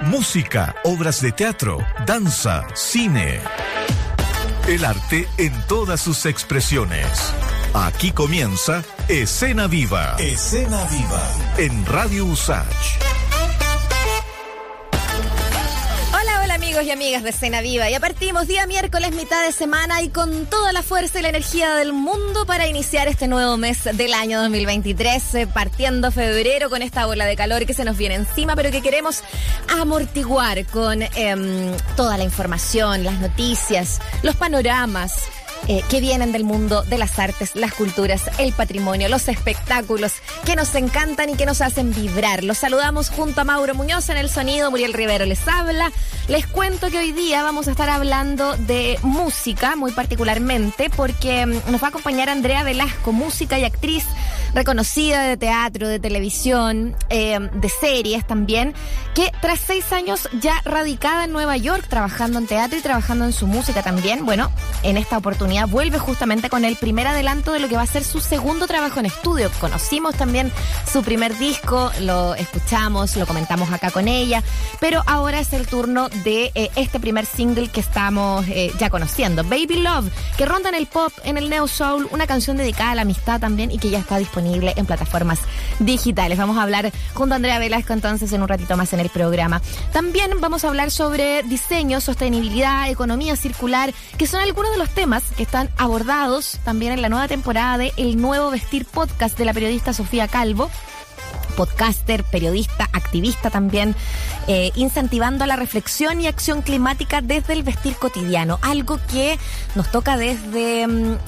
música, obras de teatro, danza, cine. El arte en todas sus expresiones. Aquí comienza Escena Viva. Escena Viva. En Radio USACH. Hola amigos y amigas de Escena Viva. Ya partimos día miércoles, mitad de semana, y con toda la fuerza y la energía del mundo para iniciar este nuevo mes del año 2023, partiendo febrero con esta ola de calor que se nos viene encima, pero que queremos amortiguar con toda la información, las noticias, los panoramas que vienen del mundo de las artes, las culturas, el patrimonio, los espectáculos que nos encantan y que nos hacen vibrar. Los saludamos junto a Mauro Muñoz en el sonido, Muriel Rivero les habla. Les cuento que hoy día vamos a estar hablando de música, muy particularmente, porque nos va a acompañar Andrea Velasco, música y actriz reconocida de teatro, de televisión, de series también, que tras 6 años ya radicada en Nueva York, trabajando en teatro y trabajando en su música también, bueno, en esta oportunidad vuelve justamente con el primer adelanto de lo que va a ser su segundo trabajo en estudio. Conocimos también su primer disco, lo escuchamos, lo comentamos acá con ella, pero ahora es el turno de este primer single que estamos ya conociendo, Baby Love, que ronda en el pop, en el neo soul, una canción dedicada a la amistad también y que ya está disponible en plataformas digitales. Vamos a hablar junto a Andrea Velasco entonces en un ratito más en el programa. También vamos a hablar sobre diseño, sostenibilidad, economía circular, que son algunos de los temas que están abordados también en la nueva temporada de El Nuevo Vestir podcast de la periodista Sofía Calvo, podcaster, periodista, activista también, incentivando la reflexión y acción climática desde el vestir cotidiano, algo que nos toca desde,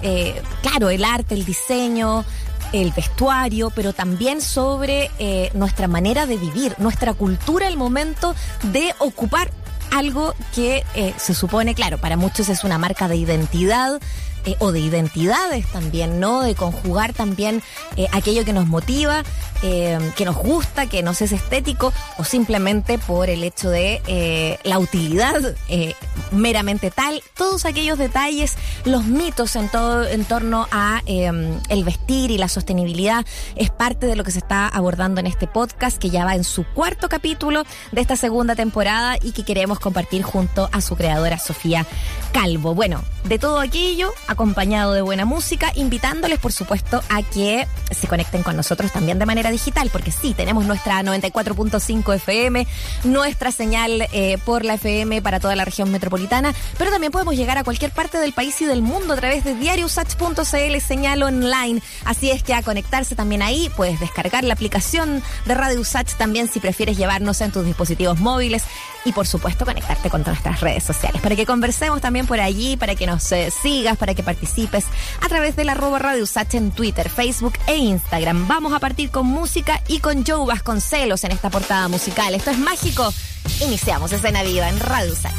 claro, el arte, el diseño, el vestuario, pero también sobre nuestra manera de vivir, nuestra cultura al momento de ocupar algo que se supone, claro, para muchos es una marca de identidad, o de identidades también, ¿no? De conjugar también aquello que nos motiva, que nos gusta, que nos es estético, o simplemente por el hecho de la utilidad meramente tal. Todos aquellos detalles, los mitos en torno a el vestir y la sostenibilidad es parte de lo que se está abordando en este podcast, que ya va en su 4º capítulo de esta segunda temporada y que queremos compartir junto a su creadora Sofía Calvo. Bueno, de todo aquello acompañado de buena música, invitándoles por supuesto a que se conecten con nosotros también de manera digital, porque sí, tenemos nuestra 94.5 FM, nuestra señal por la FM para toda la región metropolitana, pero también podemos llegar a cualquier parte del país y del mundo a través de diariosach.cl, señal online. Así es que a conectarse también ahí, puedes descargar la aplicación de Radio USACH también si prefieres llevarnos en tus dispositivos móviles, y por supuesto conectarte con nuestras redes sociales para que conversemos también por allí, para que nos sigas, para que participes a través del @Radio USACH en Twitter, Facebook e Instagram. Vamos a partir con música y con Joe Vasconcelos en esta portada musical. Esto es Mágico. Iniciamos Escena Viva en Radio USACH.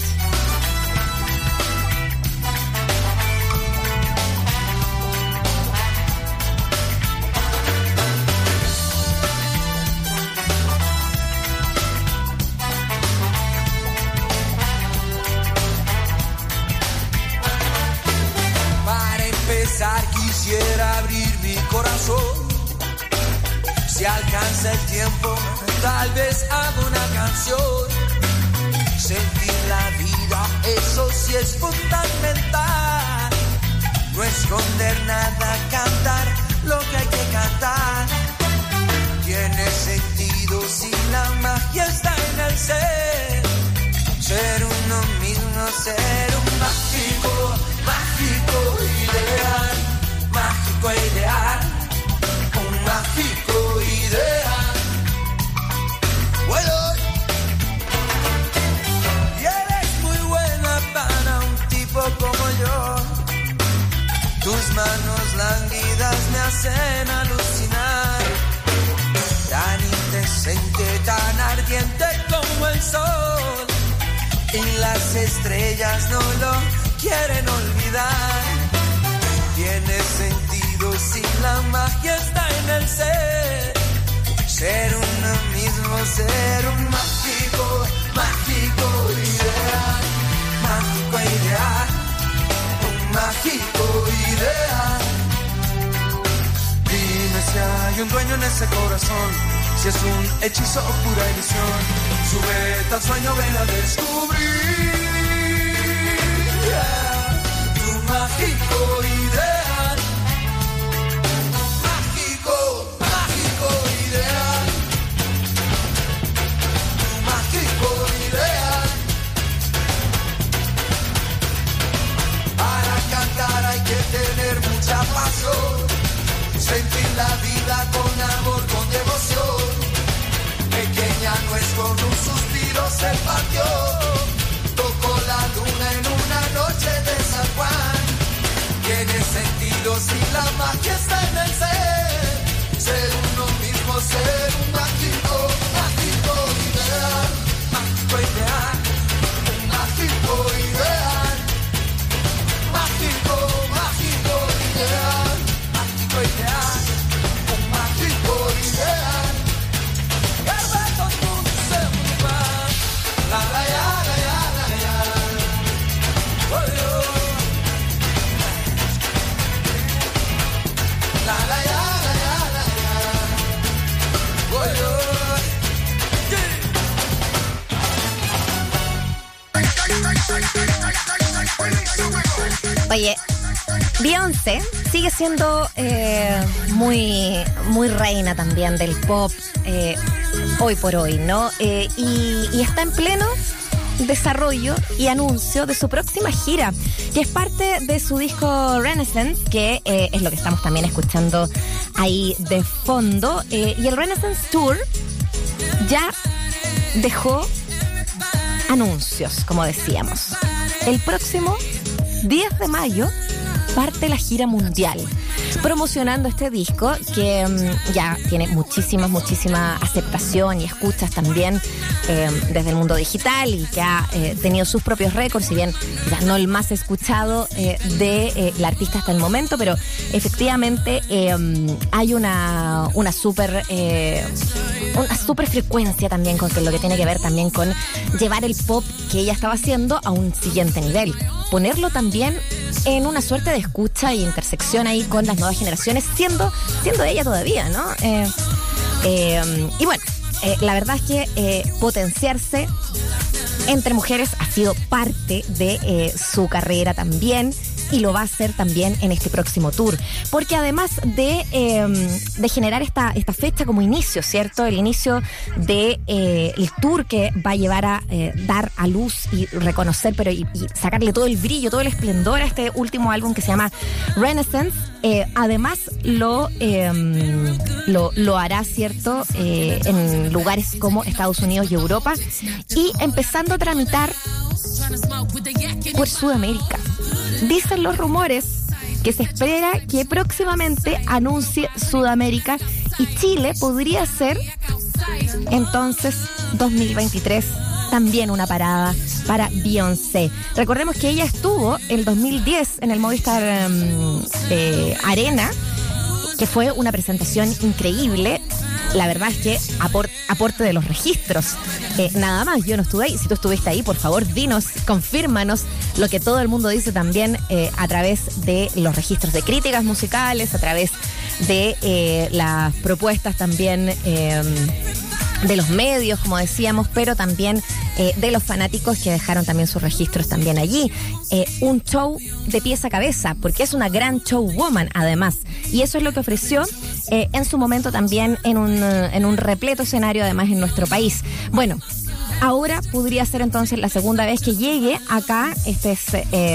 Quisiera abrir mi corazón. Si alcanza el tiempo, tal vez hago una canción. Sentir la vida, eso sí es fundamental. No esconder nada, cantar lo que hay que cantar. Tiene sentido si la magia está en el ser. Ser uno mismo, ser un mágico, mágico ideal. Mágico ideal, un mágico ideal. Bueno, y eres muy buena para un tipo como yo. Tus manos lánguidas me hacen alucinar. Tan indecente, tan ardiente como el sol. Y las estrellas no lo quieren olvidar. Tiene sentido si la magia está en el ser. Ser uno mismo, ser un mágico, mágico ideal. Mágico ideal, un mágico ideal. Dime si hay un dueño en ese corazón. si es un hechizo o pura ilusión. Súbete al sueño, ven a descubrir tu mágico ideal. Mágico, mágico ideal. Tu mágico ideal. Para cantar hay que tener mucha pasión, sentir la vida con amor, con devoción. Pequeña nuez con un suspiro se partió, tocó la luna en una noche de San Juan. Tiene sentido si la magia está en el ser uno mismo, ser un mágico, mágico ideal. Mágico ideal, un mágico ideal. Mágico, mágico ideal. Mágico ideal, un mágico ideal. Alberto Tuxemba, la la ya, la ya, la ya. Oh, yo. La la ya, la ya, la ya. Oh, yo. Oye, Beyoncé sigue siendo muy reina también del pop hoy por hoy, ¿no? Y está en pleno desarrollo y anuncio de su próxima gira, que es parte de su disco Renaissance, que es lo que estamos también escuchando ahí de fondo. Y el Renaissance Tour ya dejó anuncios, como decíamos. El próximo 10 de mayo parte la gira mundial, promocionando este disco que ya tiene muchísima aceptación y escuchas también desde el mundo digital, y que ha tenido sus propios récords, si bien ya no el más escuchado de la artista hasta el momento, pero efectivamente hay una super frecuencia también con lo que tiene que ver también con llevar el pop que ella estaba haciendo a un siguiente nivel, ponerlo también en una suerte de escucha e intersección ahí con las nuevas generaciones, siendo ella todavía, ¿no? Y bueno, la verdad es que potenciarse entre mujeres ha sido parte de su carrera también, y lo va a hacer también en este próximo tour, porque además de generar esta fecha como inicio, ¿cierto? El inicio de el tour que va a llevar a dar a luz y reconocer, pero y sacarle todo el brillo, todo el esplendor a este último álbum que se llama Renaissance. Además lo hará, ¿cierto? En lugares como Estados Unidos y Europa, y empezando a tramitar por Sudamérica. Dicen los rumores que se espera que próximamente anuncie Sudamérica, y Chile podría ser entonces 2023 también una parada para Beyoncé. Recordemos que ella estuvo el 2010 en el Movistar Arena, que fue una presentación increíble. La verdad es que aporte de los registros, nada más. Yo no estuve ahí. Si tú estuviste ahí, por favor, dinos, confírmanos lo que todo el mundo dice también a través de los registros de críticas musicales, a través de las propuestas también de los medios, como decíamos, pero también de los fanáticos que dejaron también sus registros también allí. Un show de pies a cabeza, porque es una gran showwoman además, y eso es lo que ofreció en su momento también en un repleto escenario además en nuestro país. Bueno, ahora podría ser entonces la segunda vez que llegue acá. Este es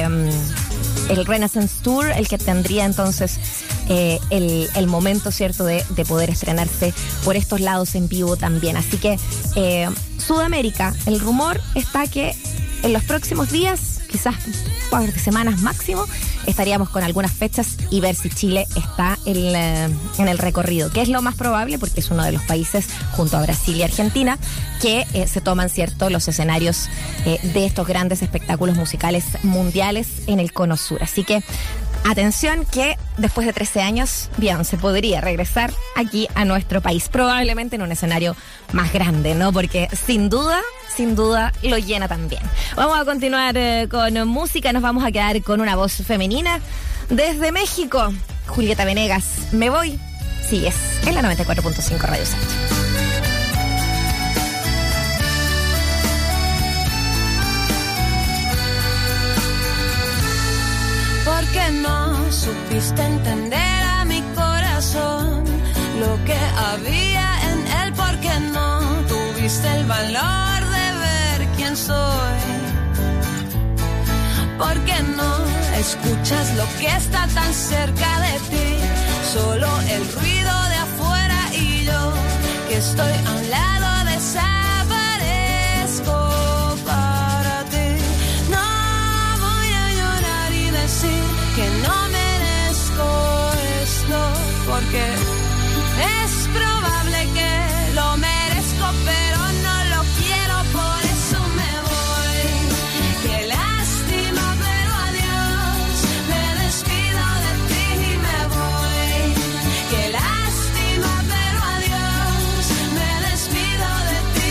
el Renaissance Tour, el que tendría entonces el momento, ¿cierto?, de poder estrenarse por estos lados en vivo también. Así que Sudamérica, el rumor está que en los próximos días, quizás un par de semanas máximo, estaríamos con algunas fechas y ver si Chile está en el recorrido, que es lo más probable porque es uno de los países, junto a Brasil y Argentina, que se toman, ¿cierto?, los escenarios de estos grandes espectáculos musicales mundiales en el Cono Sur. Así que atención, que después de 13 años Beyoncé podría regresar aquí a nuestro país, probablemente en un escenario más grande, ¿no? Porque sin duda lo llena también. Vamos a continuar con música. Nos vamos a quedar con una voz femenina desde México, Julieta Venegas. Me voy. Sigues en la 94.5 Radio Sancho. hiciste entender a mi corazón lo que había en él, porque no tuviste el valor de ver quién soy. Porque no escuchas lo que está tan cerca de ti, solo el ruido de afuera y yo que estoy a un lado desaparezco para ti. No voy a llorar y decir que no merezco esto, porque es probable que lo merezco, pero no lo quiero, por eso me voy. Qué lástima, pero adiós, me despido de ti y me voy. Qué lástima, pero adiós, me despido de ti.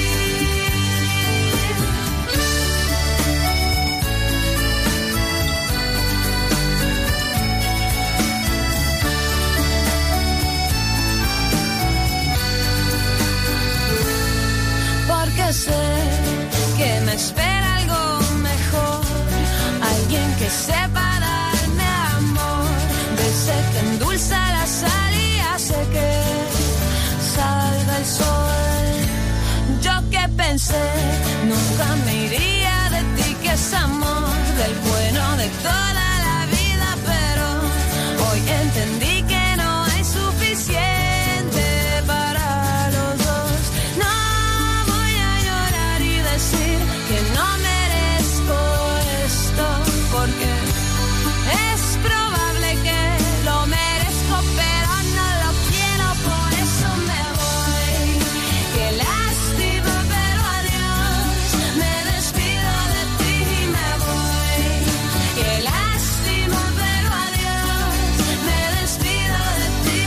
Porque sé que me espera algo mejor, alguien que sepa darme amor, de ese que endulza la sal y hace que salga el sol. Yo que pensé nunca me iría de ti, que es amor del bueno de toda la vida, pero hoy entendí que no hay suficiente para los dos. No voy a llorar y decir que no merezco esto, porque es probable que lo merezco, pero no lo quiero, por eso me voy. Qué lástima, pero adiós, me despido de ti y me voy. Qué lástima, pero adiós, me despido de ti.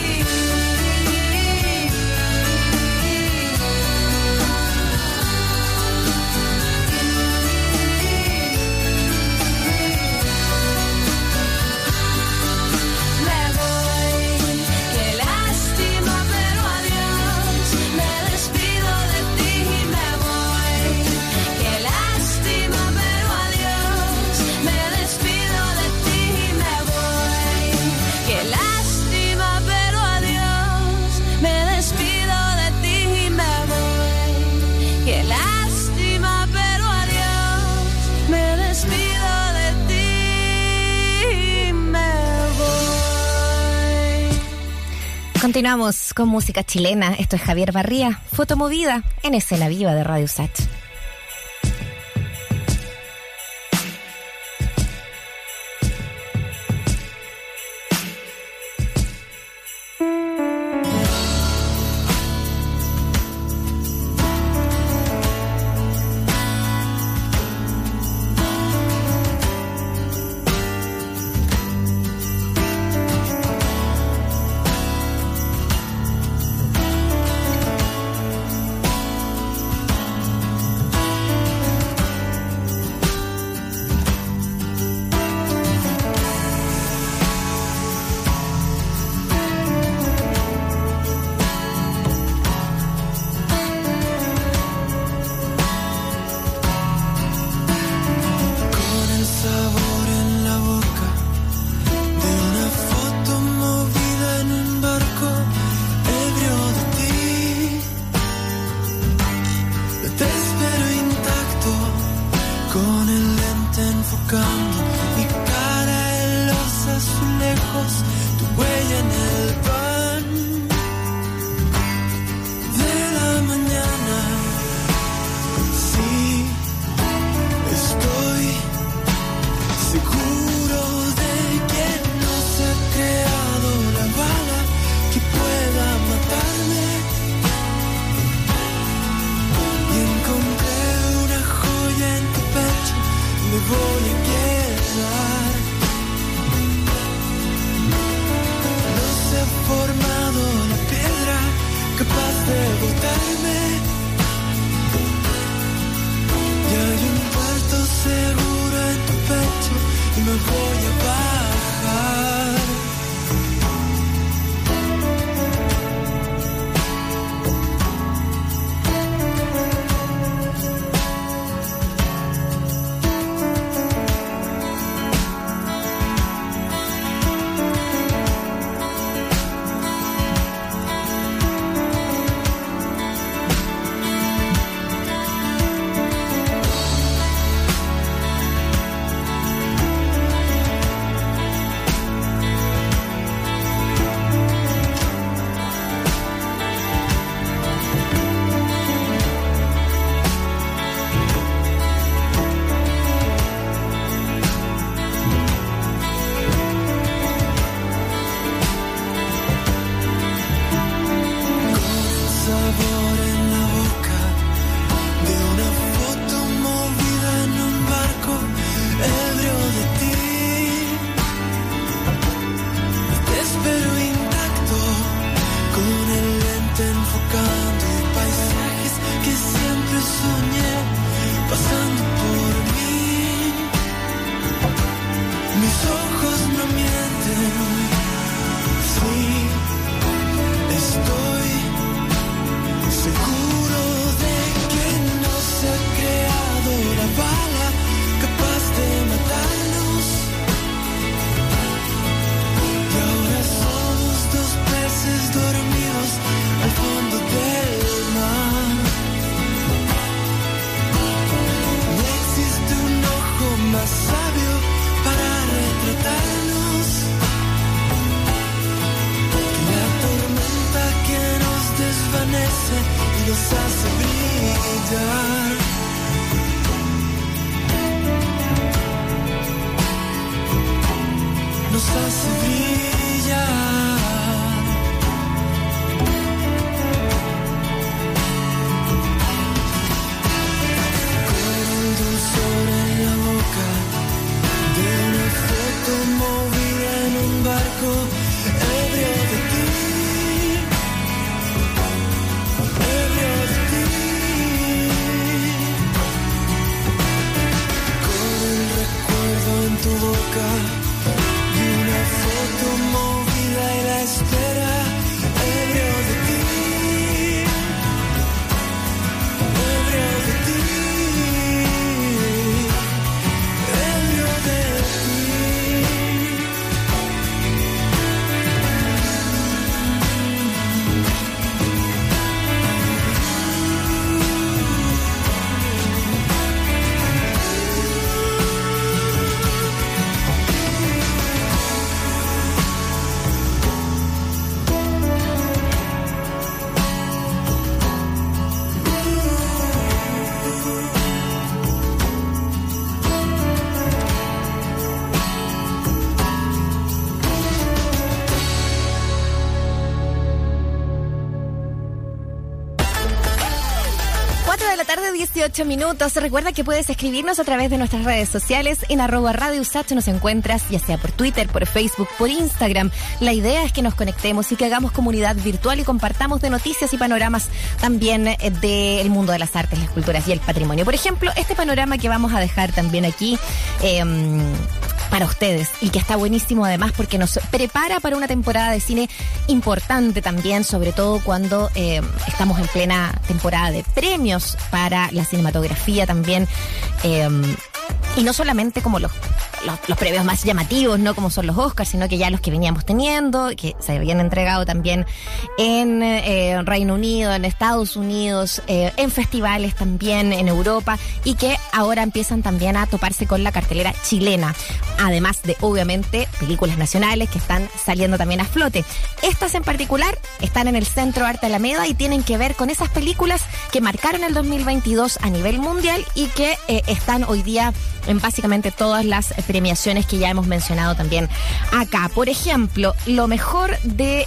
Me voy, qué lástima, pero adiós, me despido de ti y me voy. Qué lástima, pero adiós, me despido de ti y me voy. Qué lástima, pero adiós, me despido de ti y me voy. Qué lástima, pero adiós, me despido de ti y me voy. Continuamos con música chilena. Esto es Javier Barría, Fotomovida, en Escena Viva de Radio Sach. seguro de que no se ha creado la bala capaz de matarnos. Y ahora somos dos peces dormidos al fondo del mar. No existe un ojo más sabio para retratarnos que la tormenta que nos desvanece y nos hace brillar. Nos hace brillar. Con el dulzor en la boca de una foto movida en un barco ebrio de ti, ebrio de ti. Con el recuerdo en tu boca de una foto movida y la espera, ebrio de ti, ebrio de ti, ebrio de ti. De la tarde, 18 minutos. Recuerda que puedes escribirnos a través de nuestras redes sociales en @Radio USACH. Nos encuentras ya sea por Twitter, por Facebook, por Instagram. La idea es que nos conectemos y que hagamos comunidad virtual y compartamos de noticias y panoramas también del mundo de las artes, las culturas y el patrimonio. Por ejemplo, este panorama que vamos a dejar también aquí para ustedes y que está buenísimo además porque nos prepara para una temporada de cine importante también, sobre todo cuando estamos en plena temporada de premios para la cinematografía también, y no solamente como los premios más llamativos, no como son los Oscars, sino que ya los que veníamos teniendo, que se habían entregado también en Reino Unido, en Estados Unidos, en festivales también en Europa, y que ahora empiezan también a toparse con la cartelera chilena, además de obviamente películas nacionales que están saliendo también a flote. Estas en particular están en el Centro Arte Alameda y tienen que ver con esas películas que marcaron el 2022 a nivel mundial y que están hoy día en básicamente todas las premiaciones que ya hemos mencionado también acá. Por ejemplo, lo mejor del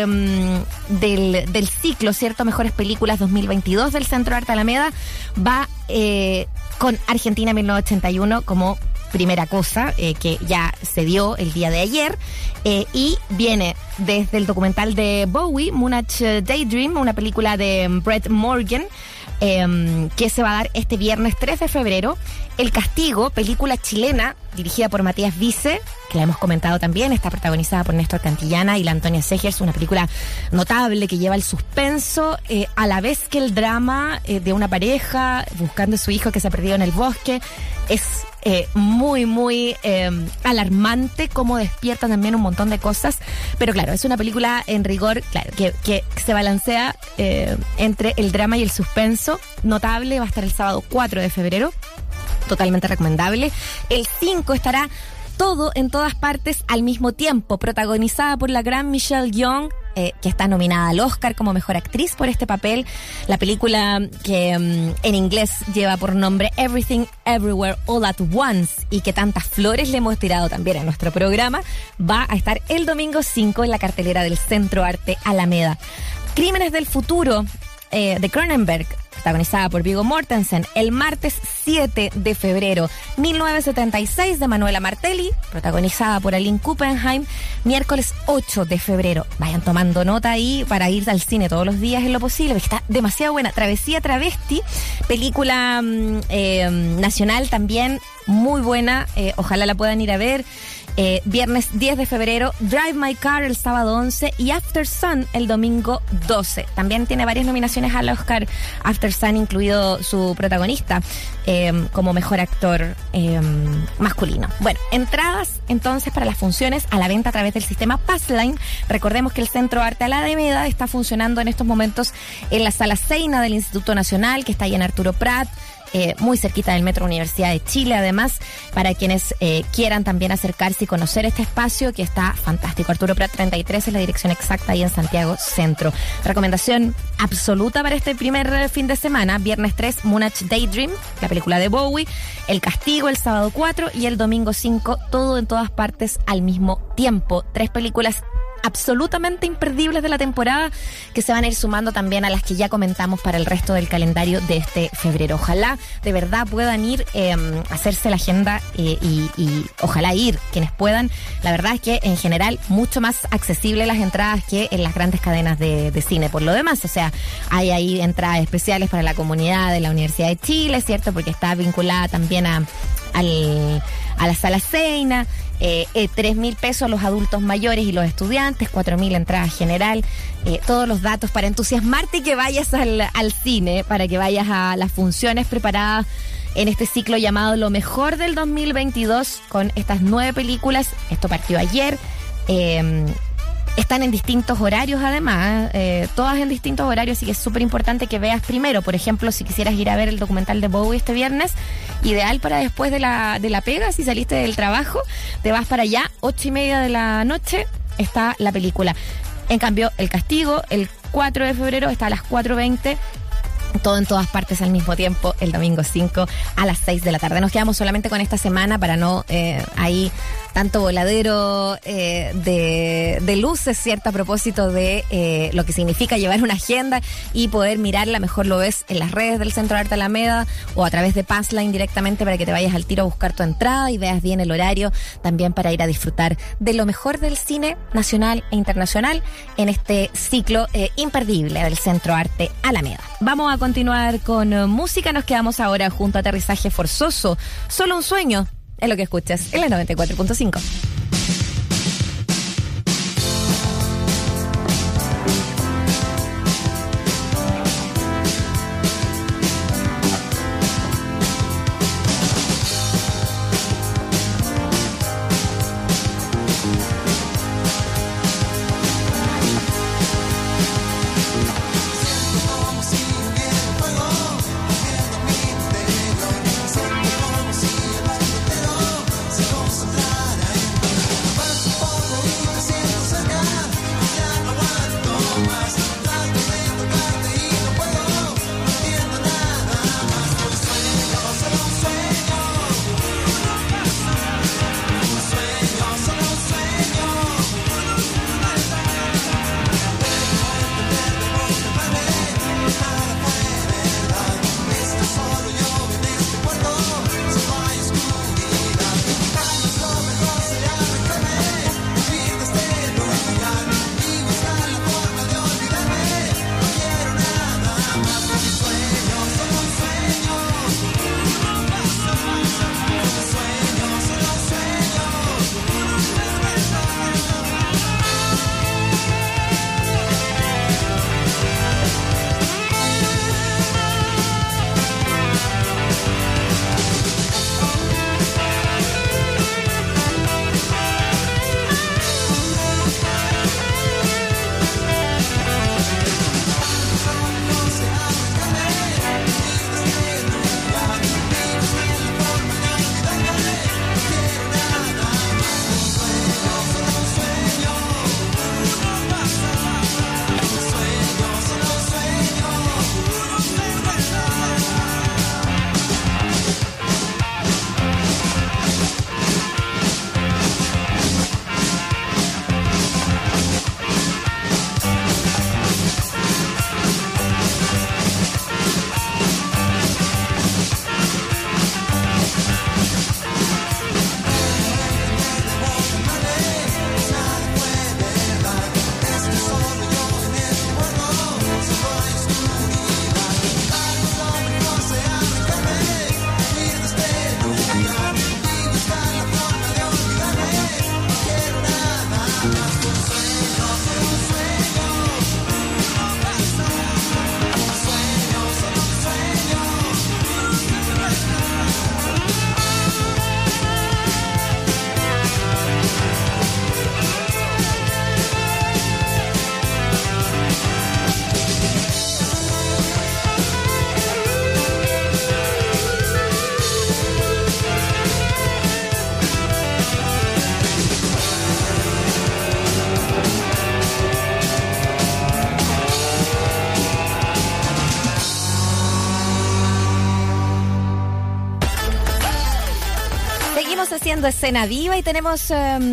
ciclo, ¿cierto? Mejores películas 2022 del Centro Arte Alameda va con Argentina 1981 como primera cosa, que ya se dio el día de ayer, y viene desde el documental de Bowie, Moonage Daydream, una película de Brett Morgen, que se va a dar este viernes 3 de febrero. El Castigo, película chilena dirigida por Matías Vice, que la hemos comentado también, está protagonizada por Néstor Cantillana y la Antonia Segers, una película notable que lleva el suspenso, a la vez que el drama de una pareja buscando a su hijo que se ha perdido en el bosque. Es muy, muy alarmante cómo despierta también un montón de cosas, pero claro, es una película en rigor, claro, que se balancea entre el drama y el suspenso. Notable, va a estar el sábado 4 de febrero, totalmente recomendable. El 5 estará Todo en Todas Partes al Mismo Tiempo, protagonizada por la gran Michelle Yeoh, que está nominada al Oscar como mejor actriz por este papel. La película que en inglés lleva por nombre Everything Everywhere All at Once y que tantas flores le hemos tirado también a nuestro programa, va a estar el domingo 5 en la cartelera del Centro Arte Alameda. Crímenes del Futuro, de Cronenberg, protagonizada por Viggo Mortensen, el martes 7 de febrero. 1976 de Manuela Martelli, protagonizada por Aline Kuppenheim, miércoles 8 de febrero. Vayan tomando nota ahí para ir al cine todos los días en lo posible, porque está demasiado buena. Travesía Travesti, película nacional también, muy buena, ojalá la puedan ir a ver. Viernes 10 de febrero, Drive My Car el sábado 11 y After Sun el domingo 12. También tiene varias nominaciones al Oscar After Sun, incluido su protagonista como mejor actor masculino. Bueno, entradas entonces para las funciones a la venta a través del sistema Passline. Recordemos que el Centro Arte Alameda está funcionando en estos momentos en la Sala Seina del Instituto Nacional, que está ahí en Arturo Prat, muy cerquita del Metro Universidad de Chile. Además, para quienes quieran también acercarse y conocer este espacio que está fantástico. Arturo Prat 33 es la dirección exacta ahí en Santiago Centro. Recomendación absoluta para este primer fin de semana. Viernes 3, Moonage Daydream, la película de Bowie. El Castigo el sábado 4 y el domingo 5, Todo en Todas Partes al Mismo Tiempo. 3 películas absolutamente imperdibles de la temporada que se van a ir sumando también a las que ya comentamos para el resto del calendario de este febrero. Ojalá de verdad puedan ir a hacerse la agenda y ojalá ir quienes puedan. La verdad es que en general mucho más accesible las entradas que en las grandes cadenas de cine. Por lo demás, o sea, hay ahí entradas especiales para la comunidad de la Universidad de Chile, ¿cierto? Porque está vinculada también a la Sala Seina. 3.000 pesos los adultos mayores y los estudiantes, 4.000 entrada general. Todos los datos para entusiasmarte y que vayas al cine, para que vayas a las funciones preparadas en este ciclo llamado Lo Mejor del 2022 con estas 9 películas. Esto partió ayer. Están en distintos horarios además, todas en distintos horarios, así que es súper importante que veas primero. Por ejemplo, si quisieras ir a ver el documental de Bowie este viernes, ideal para después de la pega, si saliste del trabajo, te vas para allá, 8:30 de la noche está la película. En cambio, El Castigo, el 4 de febrero, está a las 4:20. Todo en Todas Partes al Mismo Tiempo, el domingo 5 a las 6 de la tarde. Nos quedamos solamente con esta semana para no ahí tanto voladero de luces, ¿cierto? A propósito de lo que significa llevar una agenda y poder mirarla. Mejor lo ves en las redes del Centro de Arte Alameda o a través de Passline directamente para que te vayas al tiro a buscar tu entrada y veas bien el horario, también para ir a disfrutar de lo mejor del cine nacional e internacional en este ciclo imperdible del Centro Arte Alameda. Vamos a continuar con música. Nos quedamos ahora junto a Aterrizaje Forzoso. Solo un sueño es lo que escuchas en la 94.5. Como si el baile entero se concentrara en Seguimos haciendo Escena Viva y tenemos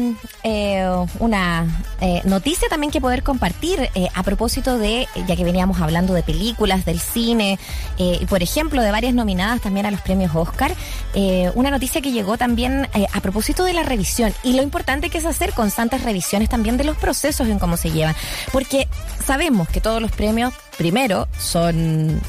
una noticia también que poder compartir a propósito de, ya que veníamos hablando de películas, del cine, por ejemplo, de varias nominadas también a los premios Oscar. Una noticia que llegó también a propósito de la revisión y lo importante que es hacer constantes revisiones también de los procesos en cómo se llevan. Porque sabemos que todos los premios, primero, son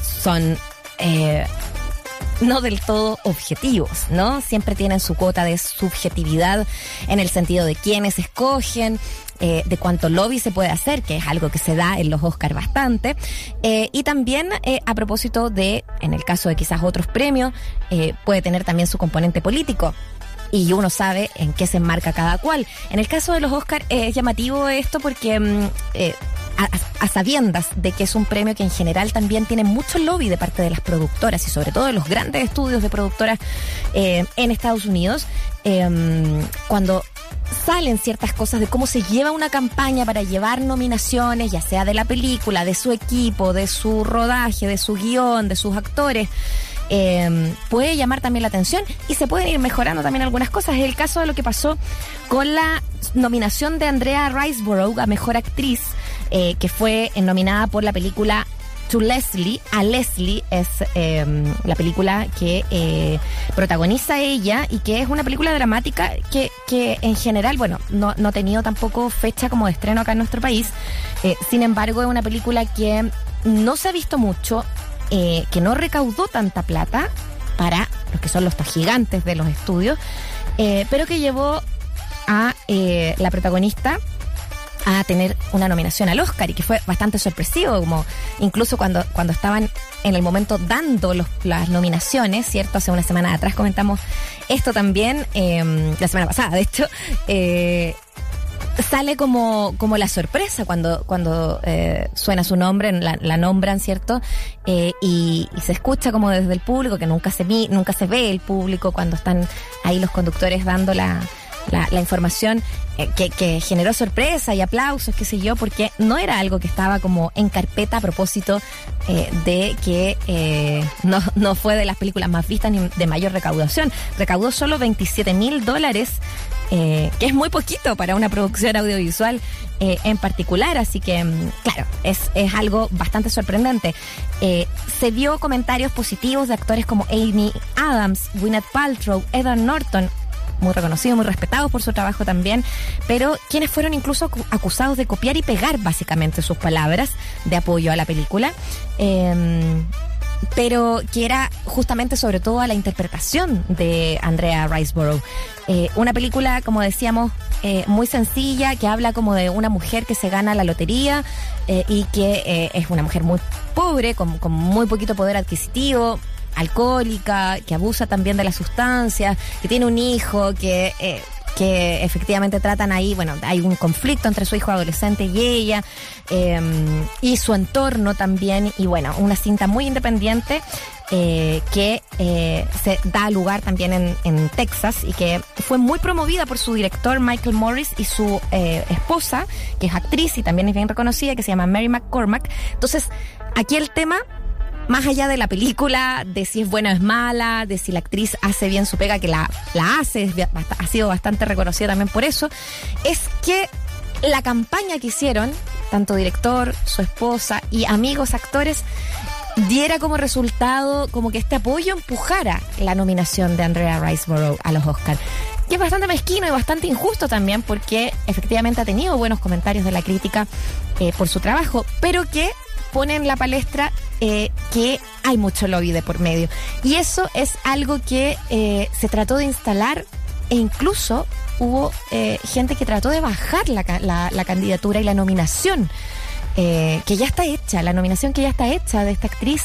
no del todo objetivos, ¿no? Siempre tienen su cuota de subjetividad en el sentido de quiénes escogen, de cuánto lobby se puede hacer, que es algo que se da en los Oscar bastante, y también a propósito de, en el caso de quizás otros premios, puede tener también su componente político. Y uno sabe en qué se enmarca cada cual. En el caso de los Oscar es llamativo esto porque a sabiendas de que es un premio que en general también tiene mucho lobby de parte de las productoras y sobre todo de los grandes estudios de productoras en Estados Unidos, cuando salen ciertas cosas de cómo se lleva una campaña para llevar nominaciones, ya sea de la película, de su equipo, de su rodaje, de su guión, de sus actores, puede llamar también la atención y se pueden ir mejorando también algunas cosas. Es el caso de lo que pasó con la nominación de Andrea Riseborough a Mejor Actriz, que fue nominada por la película To Leslie. A Leslie es la película que protagoniza ella y que es una película dramática que en general, bueno, no ha tenido tampoco fecha como de estreno acá en nuestro país. Sin embargo, es una película que no se ha visto mucho, que no recaudó tanta plata para los que son los gigantes de los estudios, pero que llevó a la protagonista a tener una nominación al Oscar y que fue bastante sorpresivo, como incluso cuando estaban en el momento dando las nominaciones, ¿cierto? Hace una semana atrás comentamos esto también, la semana pasada, de hecho, sale como la sorpresa cuando suena su nombre, la nombran, ¿cierto? Y se escucha como desde el público, que nunca se ve el público cuando están ahí los conductores dando la información, que generó sorpresa y aplausos, qué sé yo, porque no era algo que estaba como en carpeta a propósito de que no fue de las películas más vistas ni de mayor recaudación. Recaudó solo $27,000, que es muy poquito para una producción audiovisual en particular, así que claro, es algo bastante sorprendente. Se vio comentarios positivos de actores como Amy Adams, Gwyneth Paltrow, Edward Norton, muy reconocidos, muy respetados por su trabajo también, pero quienes fueron incluso acusados de copiar y pegar básicamente sus palabras de apoyo a la película, pero que era justamente sobre todo a la interpretación de Andrea Riseborough. Una película, como decíamos, muy sencilla, que habla como de una mujer que se gana la lotería y que es una mujer muy pobre, con muy poquito poder adquisitivo, alcohólica, que abusa también de las sustancias, que tiene un hijo que efectivamente tratan ahí, bueno, hay un conflicto entre su hijo adolescente y ella, y su entorno también, y bueno, una cinta muy independiente que se da lugar también en Texas y que fue muy promovida por su director Michael Morris y su esposa, que es actriz y también es bien reconocida, que se llama Mary McCormack. Entonces, aquí el tema, más allá de la película, de si es buena o es mala, de si la actriz hace bien su pega, que la hace, ha sido bastante reconocida también por eso, es que la campaña que hicieron, tanto director, su esposa y amigos actores, diera como resultado como que este apoyo empujara la nominación de Andrea Riseborough a los Oscar. Que es bastante mezquino y bastante injusto también, porque efectivamente ha tenido buenos comentarios de la crítica por su trabajo, pero que pone en la palestra que hay mucho lobby de por medio. Y eso es algo que se trató de instalar, e incluso hubo gente que trató de bajar la candidatura y la nominación que ya está hecha, la nominación que ya está hecha de esta actriz,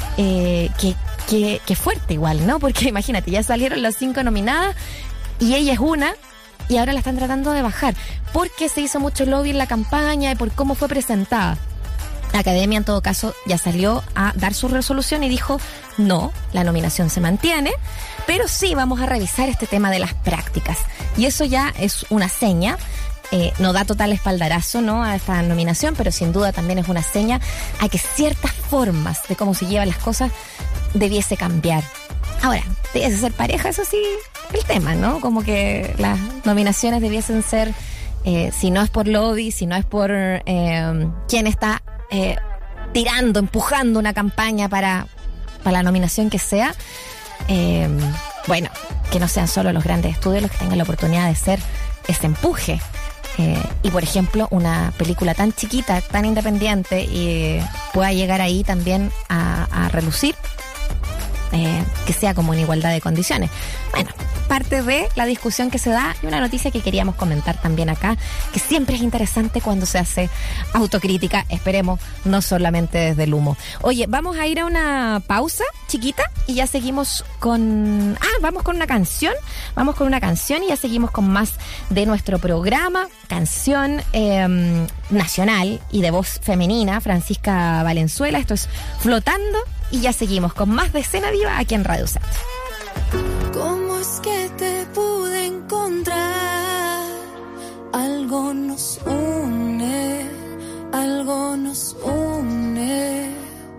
que fuerte igual, ¿no? Porque imagínate, ya salieron las 5 nominadas y ella es una, y ahora la están tratando de bajar, porque se hizo mucho lobby en la campaña y por cómo fue presentada. La Academia, en todo caso, ya salió a dar su resolución y dijo, no, la nominación se mantiene, pero sí vamos a revisar este tema de las prácticas. Y eso ya es una seña, no da total espaldarazo, ¿no?, a esta nominación, pero sin duda también es una seña a que ciertas formas de cómo se llevan las cosas debiese cambiar. Ahora, debiese ser pareja, eso sí, el tema, ¿no? Como que las nominaciones debiesen ser, si no es por lobby, si no es por quien está tirando, empujando una campaña para la nominación que sea, bueno, que no sean solo los grandes estudios los que tengan la oportunidad de ser ese empuje. Y por ejemplo, una película tan chiquita, tan independiente, y pueda llegar ahí también a relucir, que sea como en igualdad de condiciones. Bueno, parte de la discusión que se da y una noticia que queríamos comentar también acá, que siempre es interesante cuando se hace autocrítica, esperemos, no solamente desde el humo. Oye, vamos a ir a una pausa chiquita y ya seguimos con... vamos con una canción y ya seguimos con más de nuestro programa, canción nacional y de voz femenina, Francisca Valenzuela. Esto es Flotando y ya seguimos con más de Escena Viva aquí en Radio Set. ¿Cómo es que te pude encontrar? Algo nos une, algo nos une.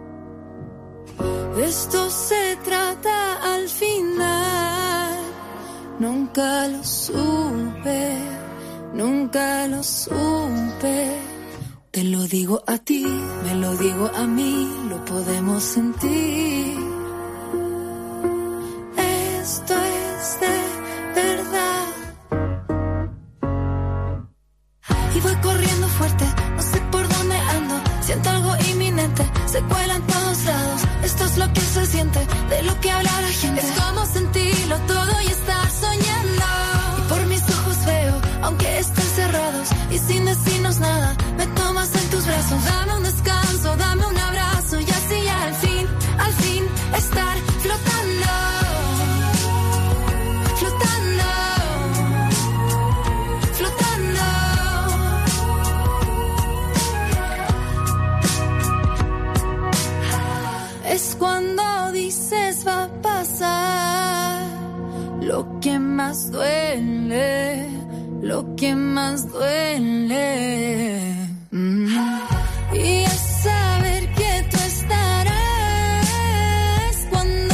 De esto se trata al final. Nunca lo supe, nunca lo supe. Te lo digo a ti, me lo digo a mí, lo podemos sentir. Esto es de verdad. Y voy corriendo fuerte, no sé por dónde ando. Siento algo inminente, se cuela en todos lados. Esto es lo que se siente, de lo que habla la gente. Es como sentirlo todo y estar soñando. Y por mis ojos veo, aunque estén cerrados y sin decirnos nada, me tomas en tus brazos. Dame un descanso, dame un abrazo y así al fin estar flotando. Es cuando dices va a pasar lo que más duele, lo que más duele. Y es saber que tú estarás cuando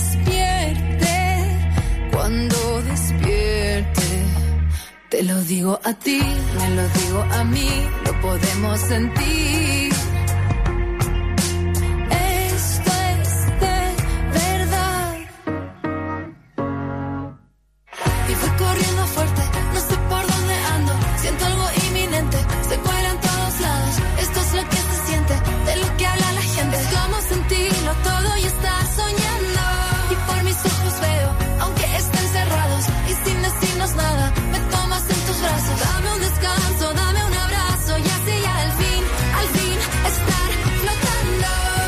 despierte. Te lo digo a ti, me lo digo a mí, lo podemos sentir. Corriendo fuerte, no sé por dónde ando. Siento algo inminente, se cuela en todos lados. Esto es lo que se siente, de lo que habla la gente. Es como sentirlo todo y estar soñando. Y por mis ojos veo, aunque estén cerrados y sin decirnos nada, me tomas en tus brazos. Dame un descanso, dame un abrazo y así al fin estar flotando.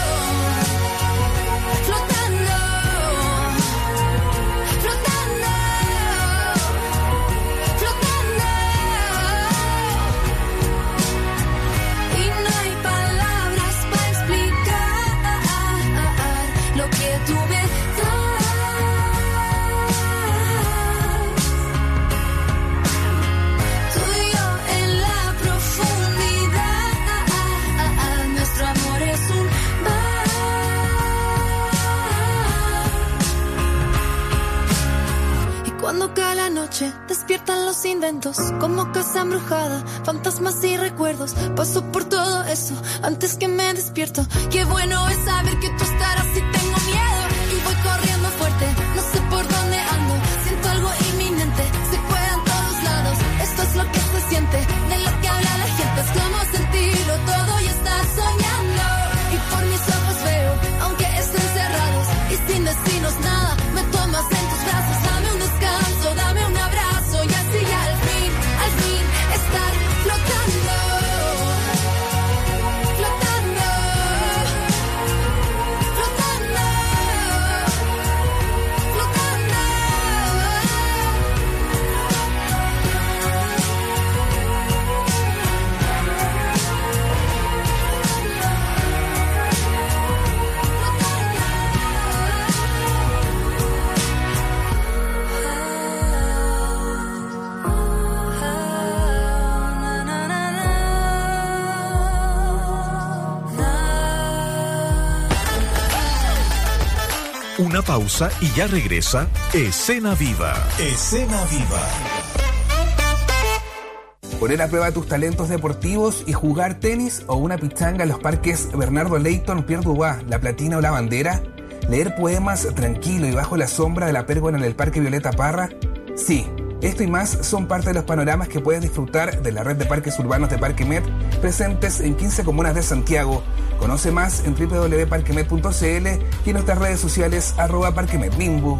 Flotando, flotando. Tú me das. Tú y yo en la profundidad. Nuestro amor es un mar. Y cuando cae la noche, despiertan los inventos. Como casa embrujada, fantasmas y recuerdos. Paso por todo eso antes que me despierto. Qué bueno es saber que tú estarás y tengo miedo. Y voy corriendo fuerte, no sé por dónde ando. Siento algo inminente, se cuela en todos lados. Esto es lo que se siente, de lo que habla la gente. Es como sentirlo todo y estar soñando. Y por mis ojos veo, aunque estén cerrados y sin decirnos nada, me tomas en tus brazos. Dame un descanso, dame un abrazo y así al fin estar flotando. Flotando, flotando. Una pausa y ya regresa Escena Viva. Escena Viva. Poner a prueba tus talentos deportivos y jugar tenis o una pichanga en los parques Bernardo Leyton, Pierre Dubois, La Platina o La Bandera. Leer poemas tranquilo y bajo la sombra de la pérgola en el Parque Violeta Parra. Sí, esto y más son parte de los panoramas que puedes disfrutar de la red de parques urbanos de Parquemed, presentes en 15 comunas de Santiago. Conoce más en www.parquemed.cl y en nuestras redes sociales @parquemednimbu.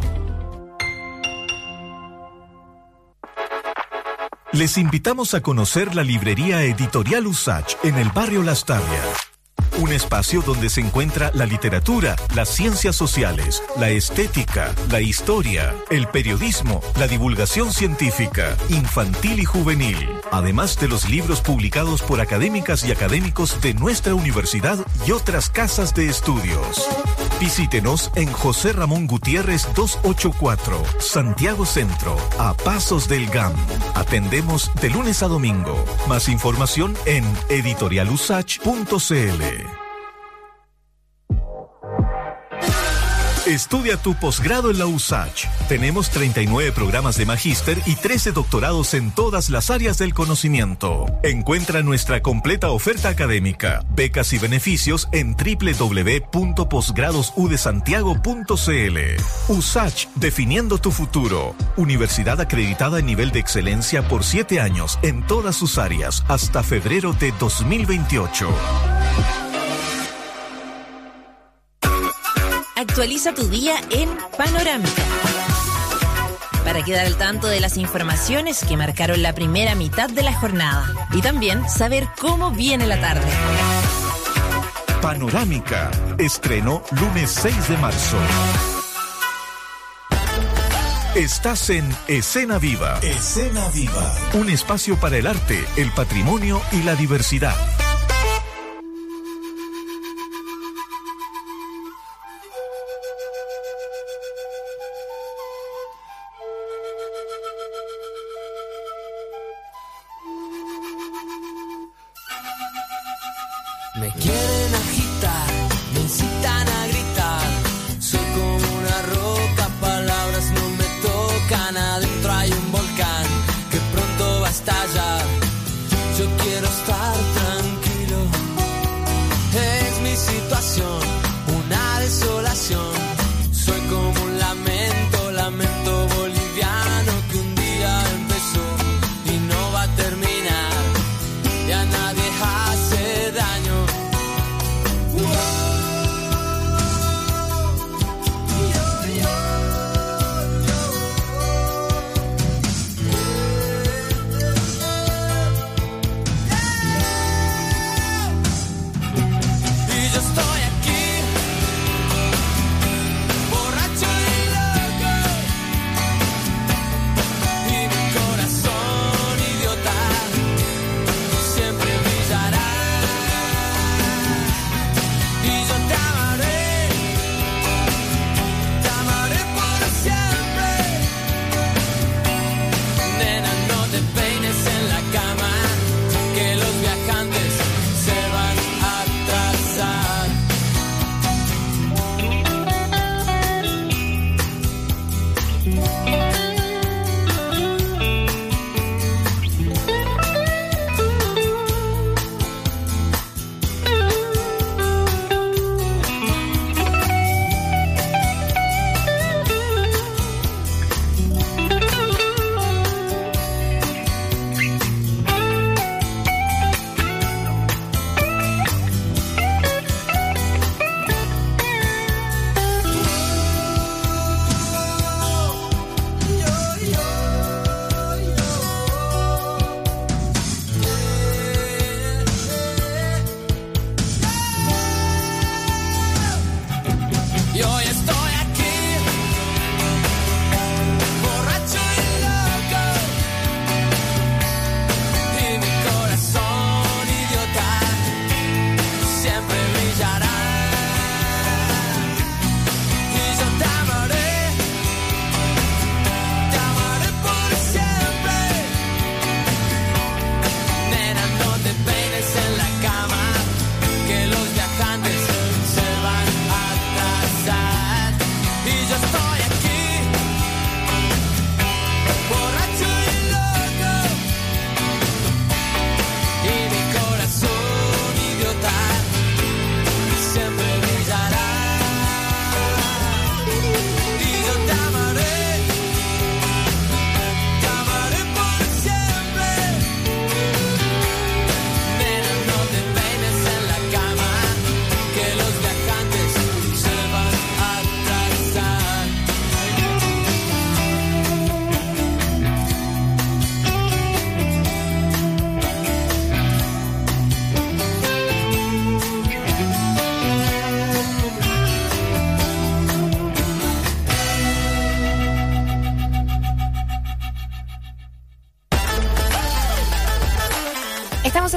Les invitamos a conocer la librería editorial Usach en el barrio Las Tavias. Un espacio donde se encuentra la literatura, las ciencias sociales, la estética, la historia, el periodismo, la divulgación científica, infantil y juvenil, además de los libros publicados por académicas y académicos de nuestra universidad y otras casas de estudios. Visítenos en José Ramón Gutiérrez 284, Santiago Centro, a pasos del GAM. Atendemos de lunes a domingo. Más información en editorialusach.cl. Estudia tu posgrado en la USACH. Tenemos 39 programas de magíster y 13 doctorados en todas las áreas del conocimiento. Encuentra nuestra completa oferta académica, becas y beneficios en www.posgradosudesantiago.cl. USACH, definiendo tu futuro. Universidad acreditada en nivel de excelencia por 7 años en todas sus áreas hasta febrero de 2028. Actualiza tu día en Panorámica, para quedar al tanto de las informaciones que marcaron la primera mitad de la jornada y también saber cómo viene la tarde. Panorámica, estreno lunes 6 de marzo. Estás en Escena Viva. Escena Viva. Un espacio para el arte, el patrimonio y la diversidad. Me quieren agitar, me incitan a gritar. Soy como una roca, palabras no me tocan. Adentro hay un volcán que pronto va a estallar. Yo quiero estar tranquilo. Es mi situación, una desolación. Soy como un lamento, lamento boliviano que un día empezó y no va a terminar. Ya nadie hace daño. Y yo estoy aquí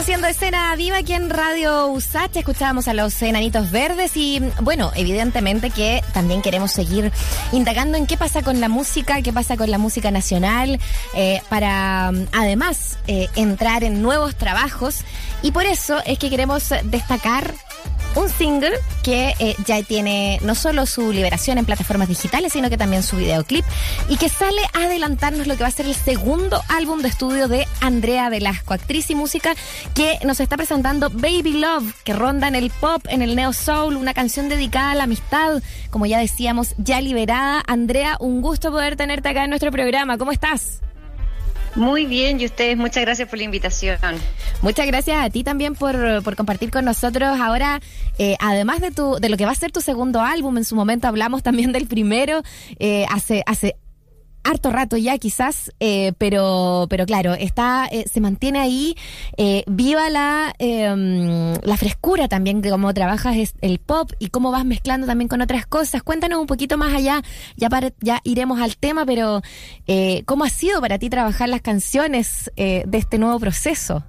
haciendo Escena Viva aquí en Radio USACH. Escuchábamos a los Enanitos Verdes y, bueno, evidentemente que también queremos seguir indagando en qué pasa con la música, nacional, para además entrar en nuevos trabajos. Y por eso es que queremos destacar un single que ya tiene no solo su liberación en plataformas digitales, sino que también su videoclip, y que sale a adelantarnos lo que va a ser el segundo álbum de estudio de Andrea Velasco, actriz y música, que nos está presentando Baby Love, que ronda en el pop, en el neo soul, una canción dedicada a la amistad, como ya decíamos, ya liberada. Andrea, un gusto poder tenerte acá en nuestro programa. ¿Cómo estás? Muy bien, y ustedes, muchas gracias por la invitación. Muchas gracias a ti también por compartir con nosotros. Ahora, además de lo que va a ser tu segundo álbum, en su momento hablamos también del primero, hace harto rato ya quizás, pero claro, se mantiene ahí viva la frescura también de cómo trabajas el pop y cómo vas mezclando también con otras cosas. Cuéntanos un poquito más allá, ya iremos al tema, pero ¿cómo ha sido para ti trabajar las canciones de este nuevo proceso?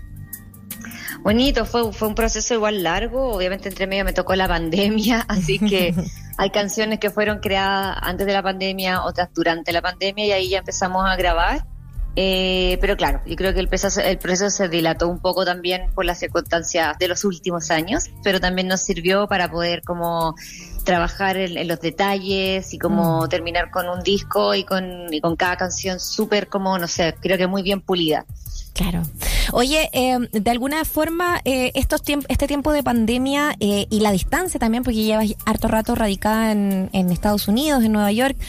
Bonito, fue un proceso igual largo, obviamente entre medio me tocó la pandemia, así que hay canciones que fueron creadas antes de la pandemia, otras durante la pandemia, y ahí ya empezamos a grabar, pero claro, yo creo que el proceso se dilató un poco también por las circunstancias de los últimos años, pero también nos sirvió para poder como trabajar en los detalles y como terminar con un disco y con cada canción súper como, no sé, creo que muy bien pulida. Claro. Oye, de alguna forma, este tiempo de pandemia y la distancia también, porque llevas harto rato radicada en Estados Unidos, en Nueva York,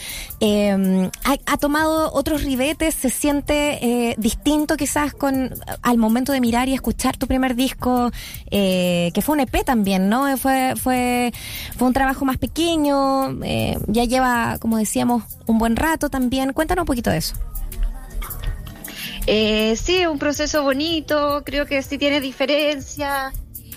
ha tomado otros ribetes. ¿Se siente distinto quizás al momento de mirar y escuchar tu primer disco, que fue un EP también, ¿no? Fue un trabajo más pequeño, ya lleva, como decíamos, un buen rato también. Cuéntanos un poquito de eso. Sí, es un proceso bonito, creo que sí tiene diferencia.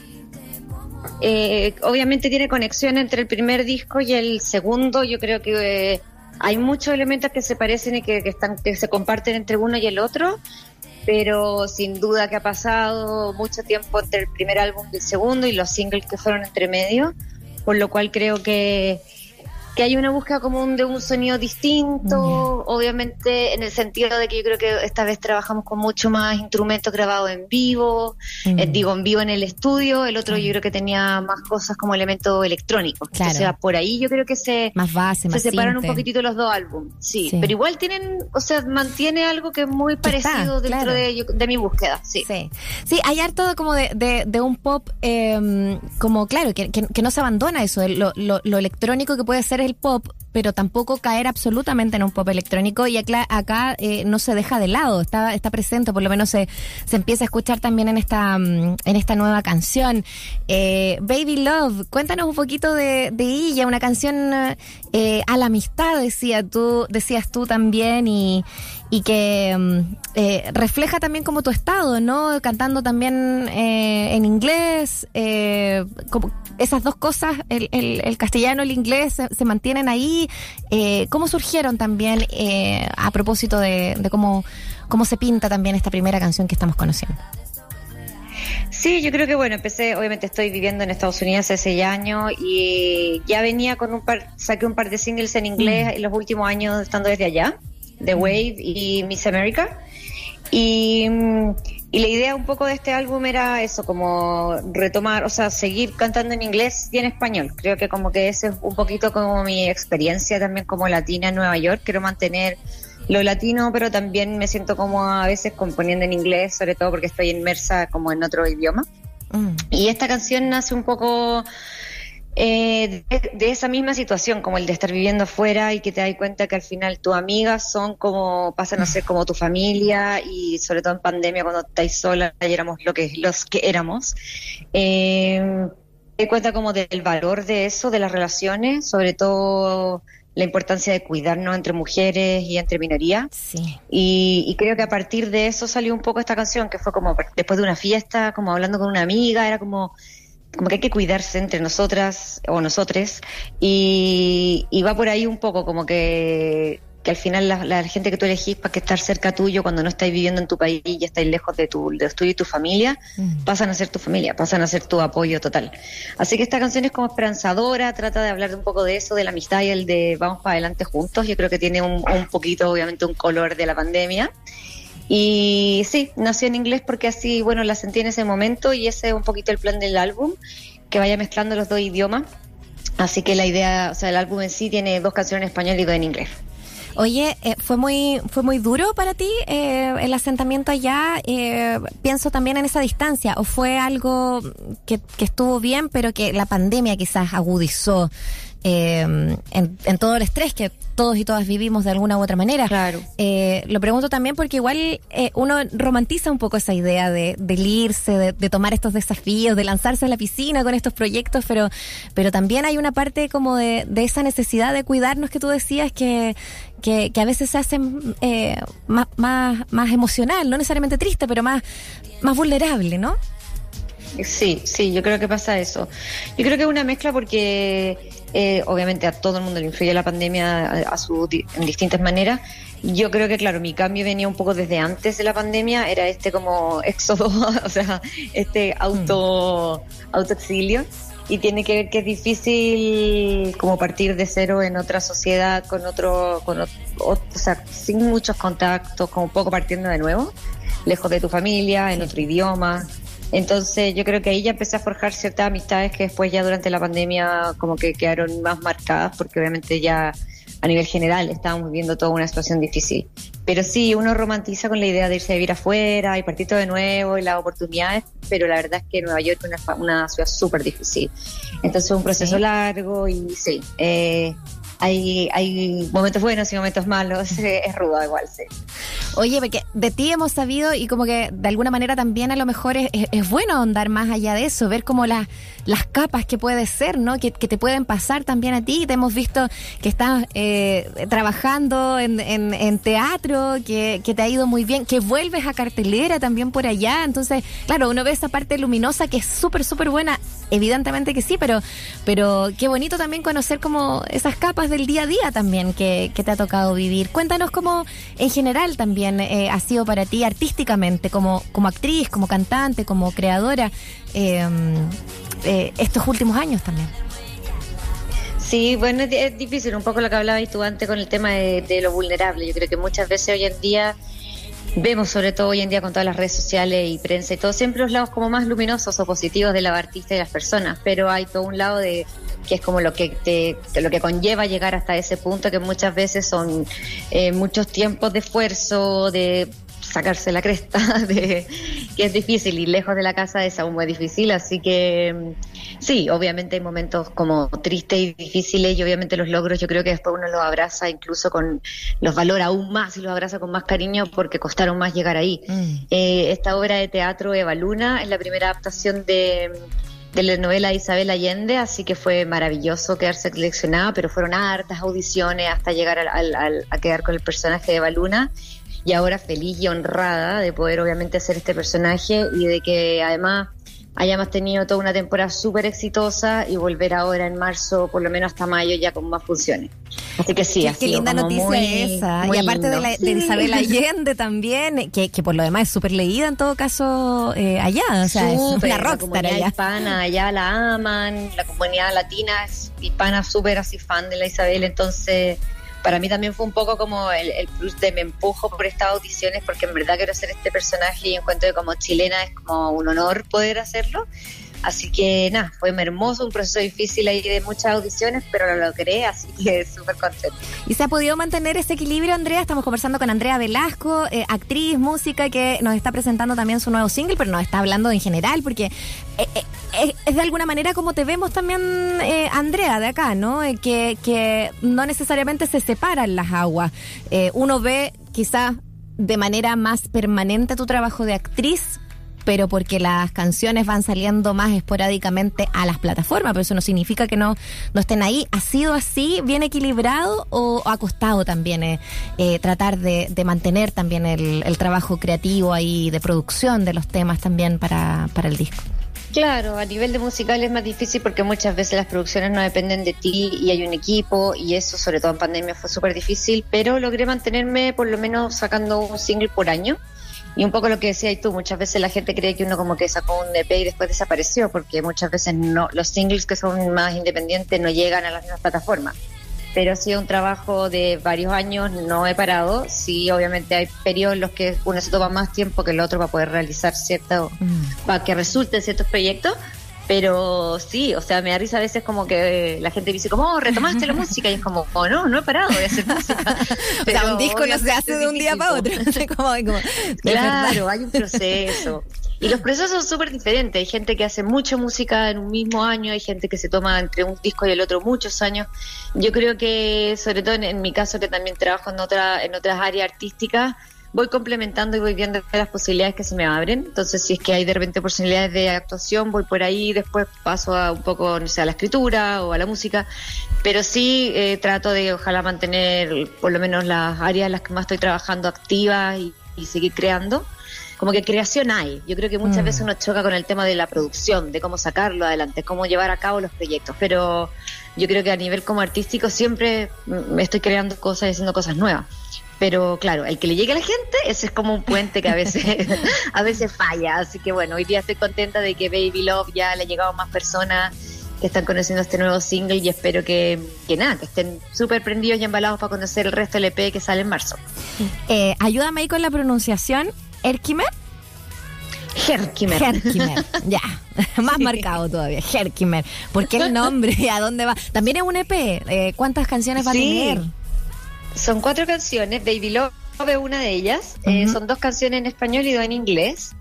Obviamente tiene conexión entre el primer disco y el segundo. Yo creo que hay muchos elementos que se parecen y que se comparten entre uno y el otro, pero sin duda que ha pasado mucho tiempo entre el primer álbum y el segundo y los singles que fueron entre medio, por lo cual creo que hay una búsqueda común de un sonido distinto, obviamente en el sentido de que yo creo que esta vez trabajamos con mucho más instrumentos grabados en vivo, en vivo en el estudio. El otro yo creo que tenía más cosas como elementos electrónicos. Claro. O sea, por ahí yo creo que se separan un poquitito los dos álbumes, sí, pero igual mantiene algo que es muy parecido dentro de mi búsqueda, sí. Sí, hay harto como de un pop, como claro, que no se abandona eso, lo electrónico que puede ser el pop, pero tampoco caer absolutamente en un pop electrónico, y acá no se deja de lado, está presente, por lo menos se empieza a escuchar también en esta nueva canción. Baby Love, cuéntanos un poquito de ella, una canción a la amistad, decías tú también, y que refleja también como tu estado, ¿no? Cantando también en inglés, como esas dos cosas, el castellano y el inglés se mantienen ahí. ¿Cómo surgieron también a propósito de cómo se pinta también esta primera canción que estamos conociendo? Sí, yo creo que empecé, obviamente estoy viviendo en Estados Unidos hace 6 años y ya venía saqué un par de singles en inglés en los últimos años estando desde allá, The Wave y Miss America, y la idea un poco de este álbum era eso, como retomar, o sea, seguir cantando en inglés y en español. Creo que como que ese es un poquito como mi experiencia también como latina en Nueva York. Quiero mantener lo latino, pero también me siento como a veces componiendo en inglés, sobre todo porque estoy inmersa como en otro idioma. Y esta canción nace un poco de esa misma situación, como el de estar viviendo afuera y que te das cuenta que al final tus amigas pasan a ser como tu familia, y sobre todo en pandemia cuando estáis sola y éramos los que éramos. Te das cuenta como del valor de eso, de las relaciones, sobre todo la importancia de cuidarnos entre mujeres y entre minorías. Sí. Y creo que a partir de eso salió un poco esta canción, que fue como después de una fiesta, como hablando con una amiga, era como que hay que cuidarse entre nosotras o nosotres, y va por ahí un poco como que al final la gente que tú elegís para que estar cerca tuyo cuando no estáis viviendo en tu país y estáis lejos de tu y tu familia, pasan a ser tu familia, pasan a ser tu apoyo total. Así que esta canción es como esperanzadora, trata de hablar de un poco de eso, de la amistad y el de vamos para adelante juntos. Yo creo que tiene un poquito, obviamente, un color de la pandemia. Y sí, nació en inglés porque así, bueno, la sentí en ese momento y ese es un poquito el plan del álbum, que vaya mezclando los dos idiomas. Así que la idea, o sea, el álbum en sí tiene 2 canciones en español y 2 en inglés. Oye, ¿fue muy duro para ti el asentamiento allá? Pienso también en esa distancia, ¿o fue algo que estuvo bien, pero que la pandemia quizás agudizó en todo el estrés que todos y todas vivimos de alguna u otra manera? Claro. Lo pregunto también porque igual uno romantiza un poco esa idea de irse, de tomar estos desafíos, de lanzarse a la piscina con estos proyectos, pero también hay una parte como de esa necesidad de cuidarnos que tú decías que a veces se hace más emocional, no necesariamente triste, pero más vulnerable, ¿no? Sí, yo creo que pasa eso. Yo creo que es una mezcla porque obviamente a todo el mundo le influye la pandemia en distintas maneras. Yo creo que, claro, mi cambio venía un poco desde antes de la pandemia, era como éxodo, o sea, autoexilio, y tiene que ver que es difícil como partir de cero en otra sociedad, o sea, sin muchos contactos, como un poco partiendo de nuevo, lejos de tu familia, en otro idioma. Entonces yo creo que ahí ya empecé a forjar ciertas amistades que después ya durante la pandemia como que quedaron más marcadas, porque obviamente ya a nivel general estábamos viviendo toda una situación difícil. Pero sí, uno romantiza con la idea de irse a vivir afuera y partir todo de nuevo y las oportunidades, pero la verdad es que Nueva York es una ciudad súper difícil. Entonces es un proceso largo y sí, hay momentos buenos y momentos malos, es rudo igual, sí. Oye, porque de ti hemos sabido y como que de alguna manera también a lo mejor es bueno ahondar más allá de eso, ver como las capas que puede ser, ¿no? Que te pueden pasar también a ti. Te hemos visto que estás trabajando en teatro, que te ha ido muy bien, que vuelves a cartelera también por allá. Entonces, claro, uno ve esa parte luminosa que es súper, súper buena. Evidentemente que sí, pero qué bonito también conocer como esas capas del día a día también que te ha tocado vivir. Cuéntanos cómo en general también ha sido para ti artísticamente, como actriz, como cantante, como creadora, estos últimos años también. Sí, bueno, es difícil, un poco lo que hablabas tú antes con el tema de lo vulnerable. Yo creo que muchas veces hoy en día vemos, sobre todo hoy en día con todas las redes sociales y prensa y todo, siempre los lados como más luminosos o positivos de la artista y las personas, pero hay todo un lado que es como lo que conlleva llegar hasta ese punto, que muchas veces son muchos tiempos de esfuerzo, de sacarse la cresta, que es difícil, y lejos de la casa es aún muy difícil. Así que sí, obviamente hay momentos como tristes y difíciles, y obviamente los logros yo creo que después uno los abraza, incluso los valora aún más y los abraza con más cariño porque costaron más llegar ahí. Esta obra de teatro, Eva Luna, es la primera adaptación de la novela Isabel Allende, así que fue maravilloso quedar seleccionada, pero fueron hartas audiciones hasta llegar a quedar con el personaje de Eva Luna. Y ahora feliz y honrada de poder obviamente hacer este personaje y de que además hayamos tenido toda una temporada súper exitosa y volver ahora en marzo, por lo menos hasta mayo, ya con más funciones. Así que sí, qué linda noticia esa. Y aparte de Isabel Allende también, que por lo demás es súper leída en todo caso allá, o sea, súper, es una rockstar allá. La comunidad hispana allá la aman, la comunidad latina hispana súper así fan de la Isabel, entonces para mí también fue un poco como el plus de me empujo por estas audiciones, porque en verdad quiero hacer este personaje y encuentro que como chilena es como un honor poder hacerlo. Así que nada, fue hermoso, un proceso difícil ahí de muchas audiciones, pero lo logré, así que súper contenta. ¿Y se ha podido mantener ese equilibrio, Andrea? Estamos conversando con Andrea Velasco, actriz, música, que nos está presentando también su nuevo single, pero nos está hablando en general, porque es de alguna manera como te vemos también, Andrea, de acá, ¿no? Que no necesariamente se separan las aguas. Uno ve quizás de manera más permanente tu trabajo de actriz, pero porque las canciones van saliendo más esporádicamente a las plataformas, pero eso no significa que no estén ahí. ¿Ha sido así, bien equilibrado, o ha costado también tratar de mantener también el trabajo creativo ahí de producción de los temas también para el disco? Claro, a nivel de musical es más difícil porque muchas veces las producciones no dependen de ti y hay un equipo y eso sobre todo en pandemia fue súper difícil, pero logré mantenerme por lo menos sacando un single por año. Y un poco lo que decías tú, muchas veces la gente cree que uno como que sacó un EP y después desapareció, porque muchas veces no, los singles que son más independientes no llegan a las mismas plataformas. Pero ha sido un trabajo de varios años, no he parado. Sí, obviamente hay periodos en los que uno se toma más tiempo que el otro para poder realizar para que resulten ciertos proyectos. Pero sí, o sea, me da risa a veces como que la gente dice como, retomaste la música, y es como, no he parado de hacer música. Pero o sea, un disco no se hace de un día para otro. Claro, hay un proceso. Y los procesos son súper diferentes. Hay gente que hace mucha música en un mismo año, hay gente que se toma entre un disco y el otro muchos años. Yo creo que, sobre todo en mi caso, que también trabajo en otras áreas artísticas, voy complementando y voy viendo las posibilidades que se me abren. Entonces, si es que hay de repente posibilidades de actuación, voy por ahí, después paso a un poco, no sé, a la escritura o a la música. Pero sí trato de, ojalá, mantener por lo menos las áreas en las que más estoy trabajando activas y seguir creando. Como que creación hay. Yo creo que muchas veces uno choca con el tema de la producción, de cómo sacarlo adelante, cómo llevar a cabo los proyectos. Pero yo creo que a nivel como artístico siempre me estoy creando cosas y haciendo cosas nuevas. Pero claro, el que le llegue a la gente, ese es como un puente que a veces falla. Así que bueno, hoy día estoy contenta de que Baby Love ya le ha llegado a más personas que están conociendo este nuevo single y espero que estén súper prendidos y embalados para conocer el resto del EP que sale en marzo. Ayúdame ahí con la pronunciación. ¿Herkimer? Herkimer, ya. Más marcado todavía, Herkimer. ¿Por qué el nombre? ¿A dónde va? También es un EP. ¿Cuántas canciones va a tener? Son 4 canciones. Baby Love es una de ellas. Son 2 canciones en español y 2 en inglés.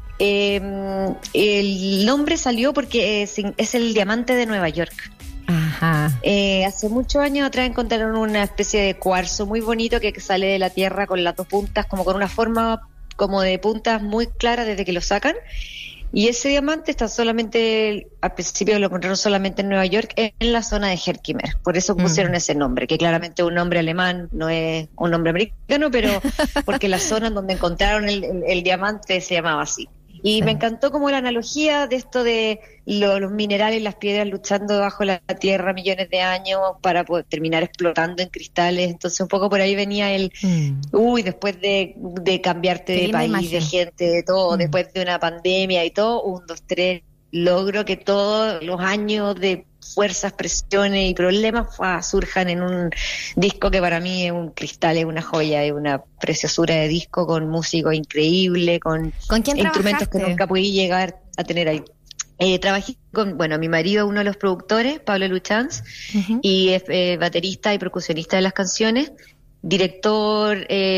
El nombre salió porque es el diamante de Nueva York. Ajá. Hace muchos años atrás encontraron una especie de cuarzo muy bonito que sale de la tierra con las 2 puntas, como con una forma como de puntas muy claras desde que lo sacan. Y ese diamante está solamente, al principio lo encontraron solamente en Nueva York, en la zona de Herkimer. Por eso pusieron ese nombre, que claramente es un nombre alemán, no es un nombre americano, pero porque la zona en donde encontraron el diamante se llamaba así. Y me encantó como la analogía de esto de los minerales, las piedras luchando debajo de la tierra millones de años para poder terminar explotando en cristales. Entonces un poco por ahí venía después de cambiarte de país, de gente, de todo, después de una pandemia y todo, 1, 2, 3, logro que todos los años de fuerzas, presiones y problemas surjan en un disco que para mí es un cristal, es una joya, es una preciosura de disco con músicos increíble, con quién instrumentos trabajaste? que nunca pude llegar a tener ahí. Trabajé con, mi marido, uno de los productores, Pablo Luchanz, y es baterista y percusionista de las canciones. Director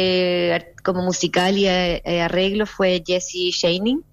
como musical y arreglo fue Jesse Shining.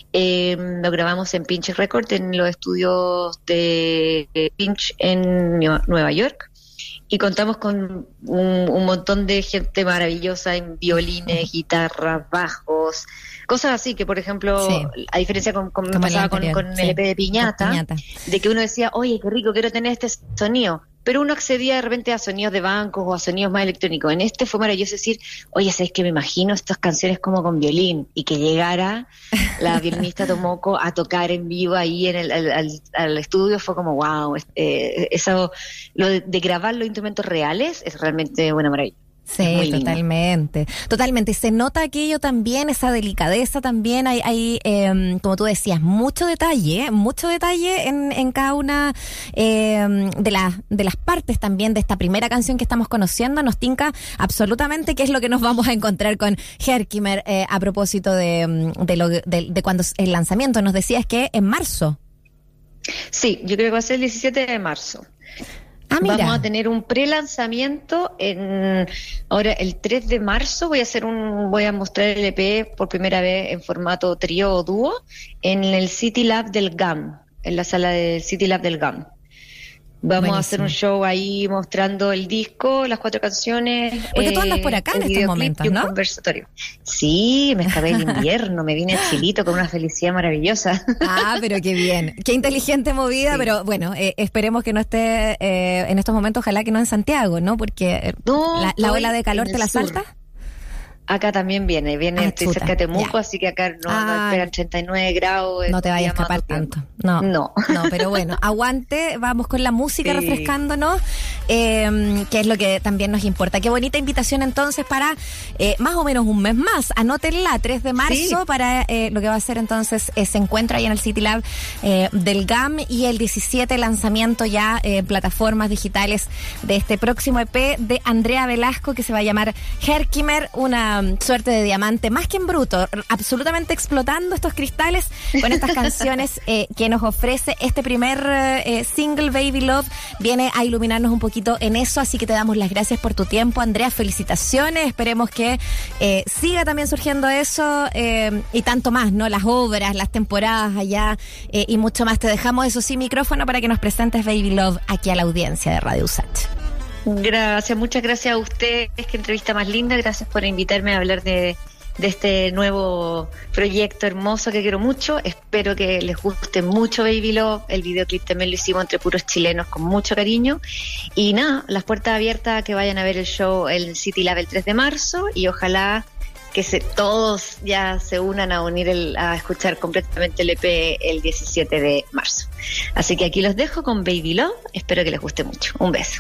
Lo grabamos en Pinch Record en los estudios de Pinch en Nueva York y contamos con un montón de gente maravillosa en violines, guitarras, bajos, cosas así que, por ejemplo, a diferencia con me pasaba con el EP de Piñata, de que uno decía, oye, qué rico, quiero tener este sonido, pero uno accedía de repente a sonidos de bancos o a sonidos más electrónicos. En este fue maravilloso decir, oye, ¿sabes qué? Me imagino estas canciones como con violín, y que llegara la violinista Tomoko a tocar en vivo ahí en al estudio. Fue como, wow, eso, lo de grabar los instrumentos reales es realmente una maravilla. Sí, totalmente. Y se nota aquello también, esa delicadeza también. Hay como tú decías, mucho detalle en cada una de las partes también de esta primera canción que estamos conociendo. Nos tinca absolutamente qué es lo que nos vamos a encontrar con Herkimer a propósito de cuando el lanzamiento. Nos decías que en marzo. Sí, yo creo que va a ser el 17 de marzo. Vamos a tener un pre-lanzamiento ahora el 3 de marzo. Voy a mostrar el EP por primera vez en formato trío o dúo en el City Lab del GAM, en la sala del City Lab del GAM. Vamos a hacer un show ahí mostrando el disco, las 4 canciones. Porque tú andas por acá en estos momentos, y un ¿no? Conversatorio. Sí, me escapé del invierno, me vine a Chilito con una felicidad maravillosa. Pero qué bien. Qué inteligente movida, sí. Pero bueno, esperemos que no esté en estos momentos, ojalá que no en Santiago, ¿no? Porque la ola de calor te la salta. Acá también viene, estoy cerca de Temuco, ya. así que acá no esperan 39 grados. No te vayas a escapar tanto. No, pero bueno, aguante, vamos con la música refrescándonos, que es lo que también nos importa. Qué bonita invitación entonces para más o menos un mes más. Anótenla, 3 de marzo para lo que va a ser entonces ese encuentro ahí en el City Lab del GAM, y el 17 lanzamiento ya en plataformas digitales de este próximo EP de Andrea Velasco, que se va a llamar Herkimer, una suerte de diamante más que en bruto, absolutamente explotando estos cristales con estas canciones que nos ofrece este primer single, Baby Love. Viene a iluminarnos un poquito en eso, así que te damos las gracias por tu tiempo, Andrea, felicitaciones, esperemos que siga también surgiendo eso y tanto más, ¿no? Las obras, las temporadas allá y mucho más. Te dejamos, eso sí, micrófono para que nos presentes Baby Love aquí a la audiencia de Radio USACH. Gracias, muchas gracias a ustedes, qué entrevista más linda, gracias por invitarme a hablar de este nuevo proyecto hermoso que quiero mucho. Espero que les guste mucho Baby Love. El videoclip también lo hicimos entre puros chilenos con mucho cariño. Y nada, las puertas abiertas a que vayan a ver el show el City Lab el 3 de marzo y ojalá que todos ya se unan a escuchar completamente el EP el 17 de marzo. Así que aquí los dejo con Baby Love. Espero que les guste mucho. Un beso.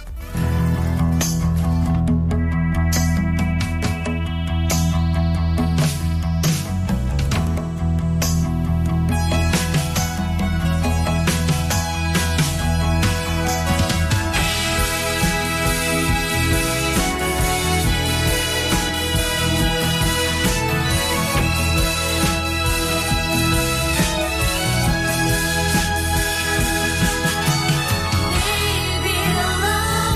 Baby, love.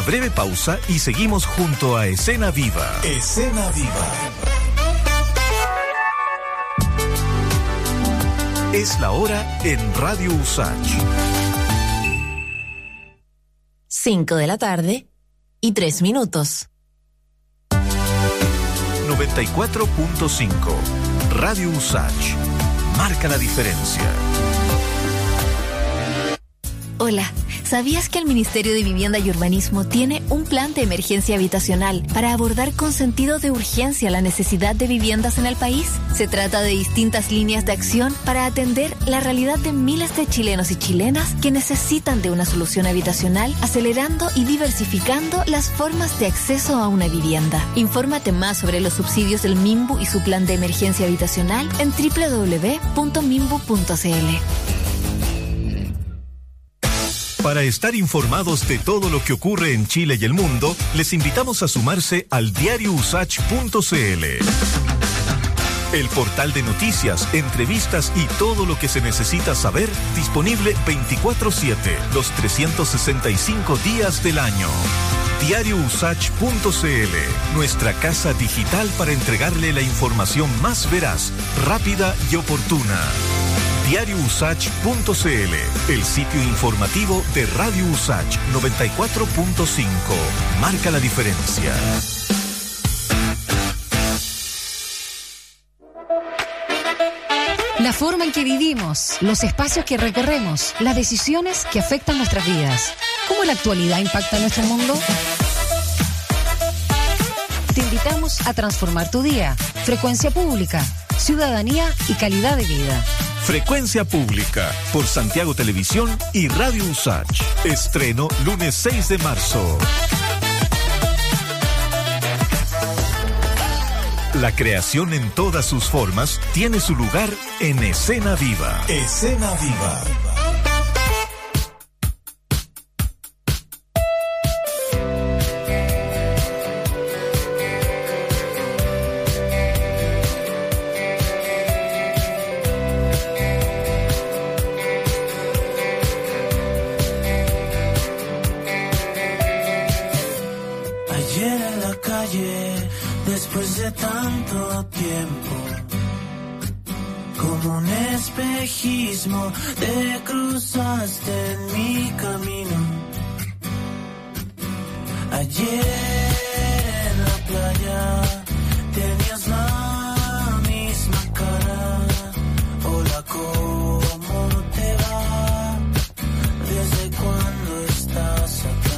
breve pausa y seguimos junto a Escena Viva. Escena Viva. Es la hora en Radio USACH. 5 de la tarde y 3 minutos. 94.5 Radio USACH. Marca la diferencia. Hola, ¿sabías que el Ministerio de Vivienda y Urbanismo tiene un plan de emergencia habitacional para abordar con sentido de urgencia la necesidad de viviendas en el país? Se trata de distintas líneas de acción para atender la realidad de miles de chilenos y chilenas que necesitan de una solución habitacional, acelerando y diversificando las formas de acceso a una vivienda. Infórmate más sobre los subsidios del MIMBU y su plan de emergencia habitacional en www.mimbu.cl. Para estar informados de todo lo que ocurre en Chile y el mundo, les invitamos a sumarse al diariousach.cl. El portal de noticias, entrevistas y todo lo que se necesita saber, disponible 24/7, los 365 días del año. Diariousach.cl, nuestra casa digital para entregarle la información más veraz, rápida y oportuna. Diariousach.cl, el sitio informativo de Radio USACH 94.5. Marca la diferencia. La forma en que vivimos, los espacios que recorremos, las decisiones que afectan nuestras vidas. ¿Cómo la actualidad impacta nuestro mundo? Te invitamos a transformar tu día. Frecuencia Pública, ciudadanía y calidad de vida. Frecuencia Pública, por Santiago Televisión y Radio USACH. Estreno lunes 6 de marzo. La creación en todas sus formas tiene su lugar en Escena Viva. Escena Viva. Después de tanto tiempo, como un espejismo, te cruzaste en mi camino. Ayer en la playa tenías la misma cara. Hola, ¿cómo te va? ¿Desde cuándo estás acá?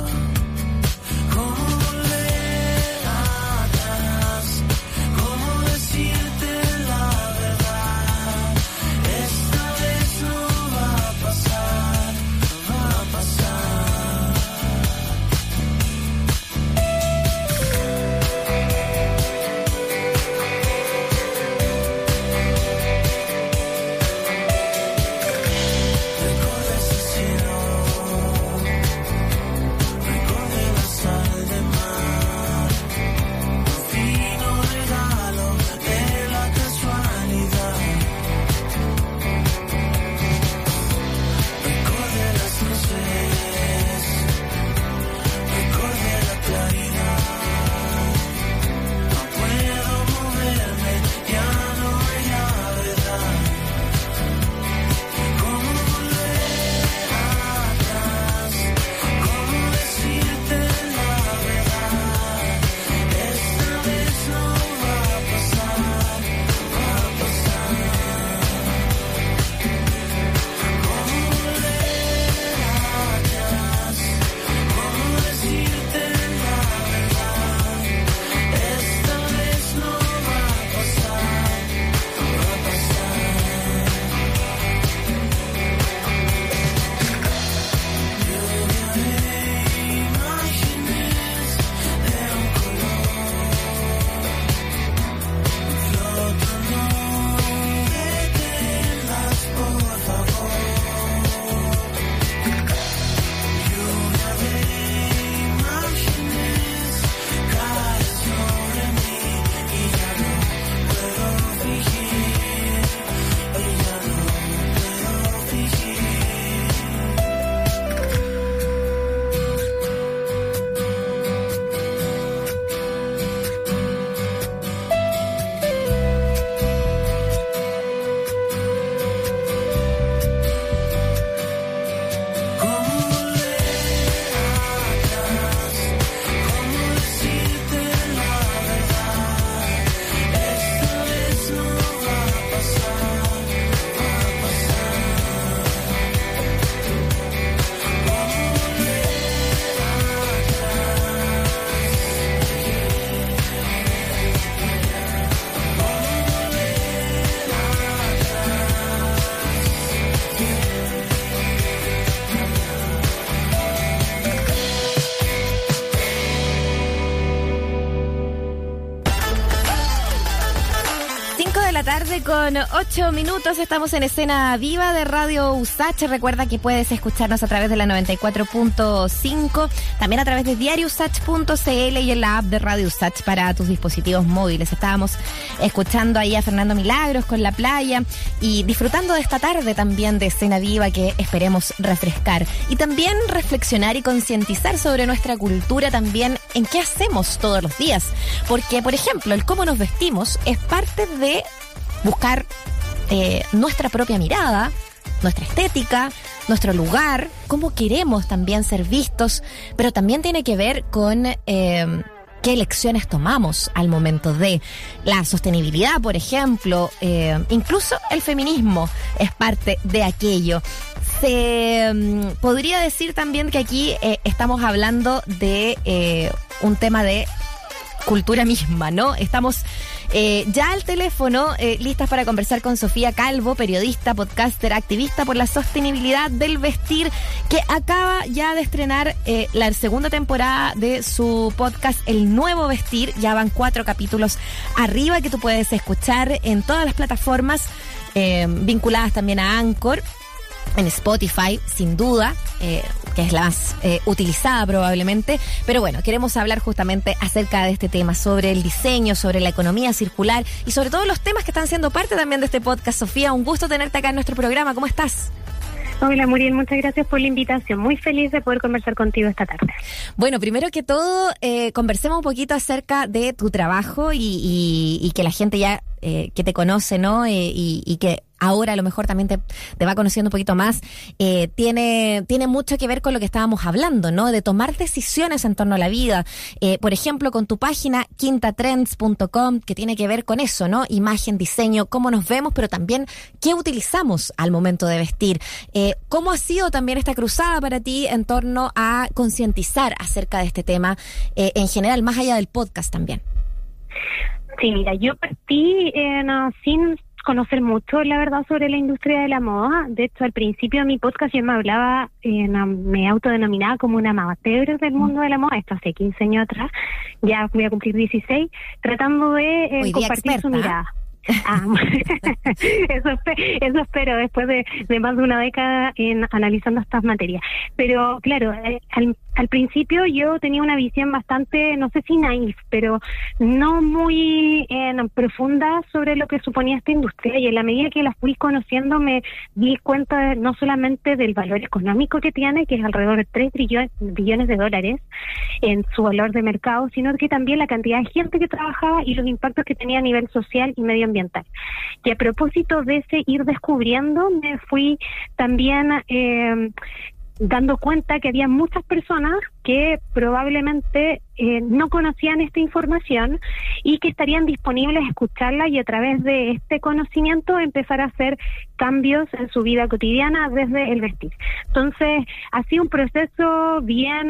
7:08, estamos en Escena Viva de Radio USACH. Recuerda que puedes escucharnos a través de la 94.5, también a través de diariousach.cl y en la app de Radio USACH para tus dispositivos móviles. Estábamos escuchando ahí a Fernando Milagros con La Playa y disfrutando de esta tarde también de Escena Viva que esperemos refrescar. Y también reflexionar y concientizar sobre nuestra cultura también en qué hacemos todos los días. Porque, por ejemplo, el cómo nos vestimos es parte de buscar nuestra propia mirada, nuestra estética, nuestro lugar, cómo queremos también ser vistos, pero también tiene que ver con qué elecciones tomamos al momento de la sostenibilidad, por ejemplo, incluso el feminismo es parte de aquello. Se podría decir también que aquí estamos hablando de un tema de cultura misma, ¿no? Estamos ya al teléfono listas para conversar con Sofía Calvo, periodista, podcaster, activista por la sostenibilidad del vestir, que acaba ya de estrenar la segunda temporada de su podcast El Nuevo Vestir. Ya van 4 capítulos arriba que tú puedes escuchar en todas las plataformas vinculadas también a Anchor, en Spotify, sin duda, que es la más utilizada probablemente. Pero bueno, queremos hablar justamente acerca de este tema, sobre el diseño, sobre la economía circular y sobre todo los temas que están siendo parte también de este podcast. Sofía, un gusto tenerte acá en nuestro programa. ¿Cómo estás? Hola Muriel, muchas gracias por la invitación. Muy feliz de poder conversar contigo esta tarde. Bueno, primero que todo, conversemos un poquito acerca de tu trabajo y que la gente ya que te conoce, ¿no? Y que ahora a lo mejor también te va conociendo un poquito más, tiene mucho que ver con lo que estábamos hablando, ¿no? De tomar decisiones en torno a la vida. Por ejemplo, con tu página quintatrends.com, que tiene que ver con eso, ¿no? Imagen, diseño, cómo nos vemos, pero también qué utilizamos al momento de vestir. ¿Cómo ha sido también esta cruzada para ti en torno a concientizar acerca de este tema en general, más allá del podcast también? Sí, mira, yo partí sin conocer mucho, la verdad, sobre la industria de la moda. De hecho, al principio de mi podcast yo me autodenominaba como una amateur del mundo de la moda, esto hace 15 años atrás, ya voy a cumplir 16, tratando de compartir su mirada. Eso espero después de más de una década analizando estas materias. Pero claro, al principio yo tenía una visión bastante, no sé si naif, pero no muy profunda sobre lo que suponía esta industria, y en la medida que la fui conociendo me di cuenta no solamente del valor económico que tiene, que es alrededor de 3 billones de dólares en su valor de mercado, sino que también la cantidad de gente que trabajaba y los impactos que tenía a nivel social y medioambiental. Y a propósito de ese ir descubriendo, me fui también dando cuenta que había muchas personas que probablemente no conocían esta información y que estarían disponibles a escucharla y a través de este conocimiento empezar a hacer cambios en su vida cotidiana desde el vestir. Entonces, ha sido un proceso bien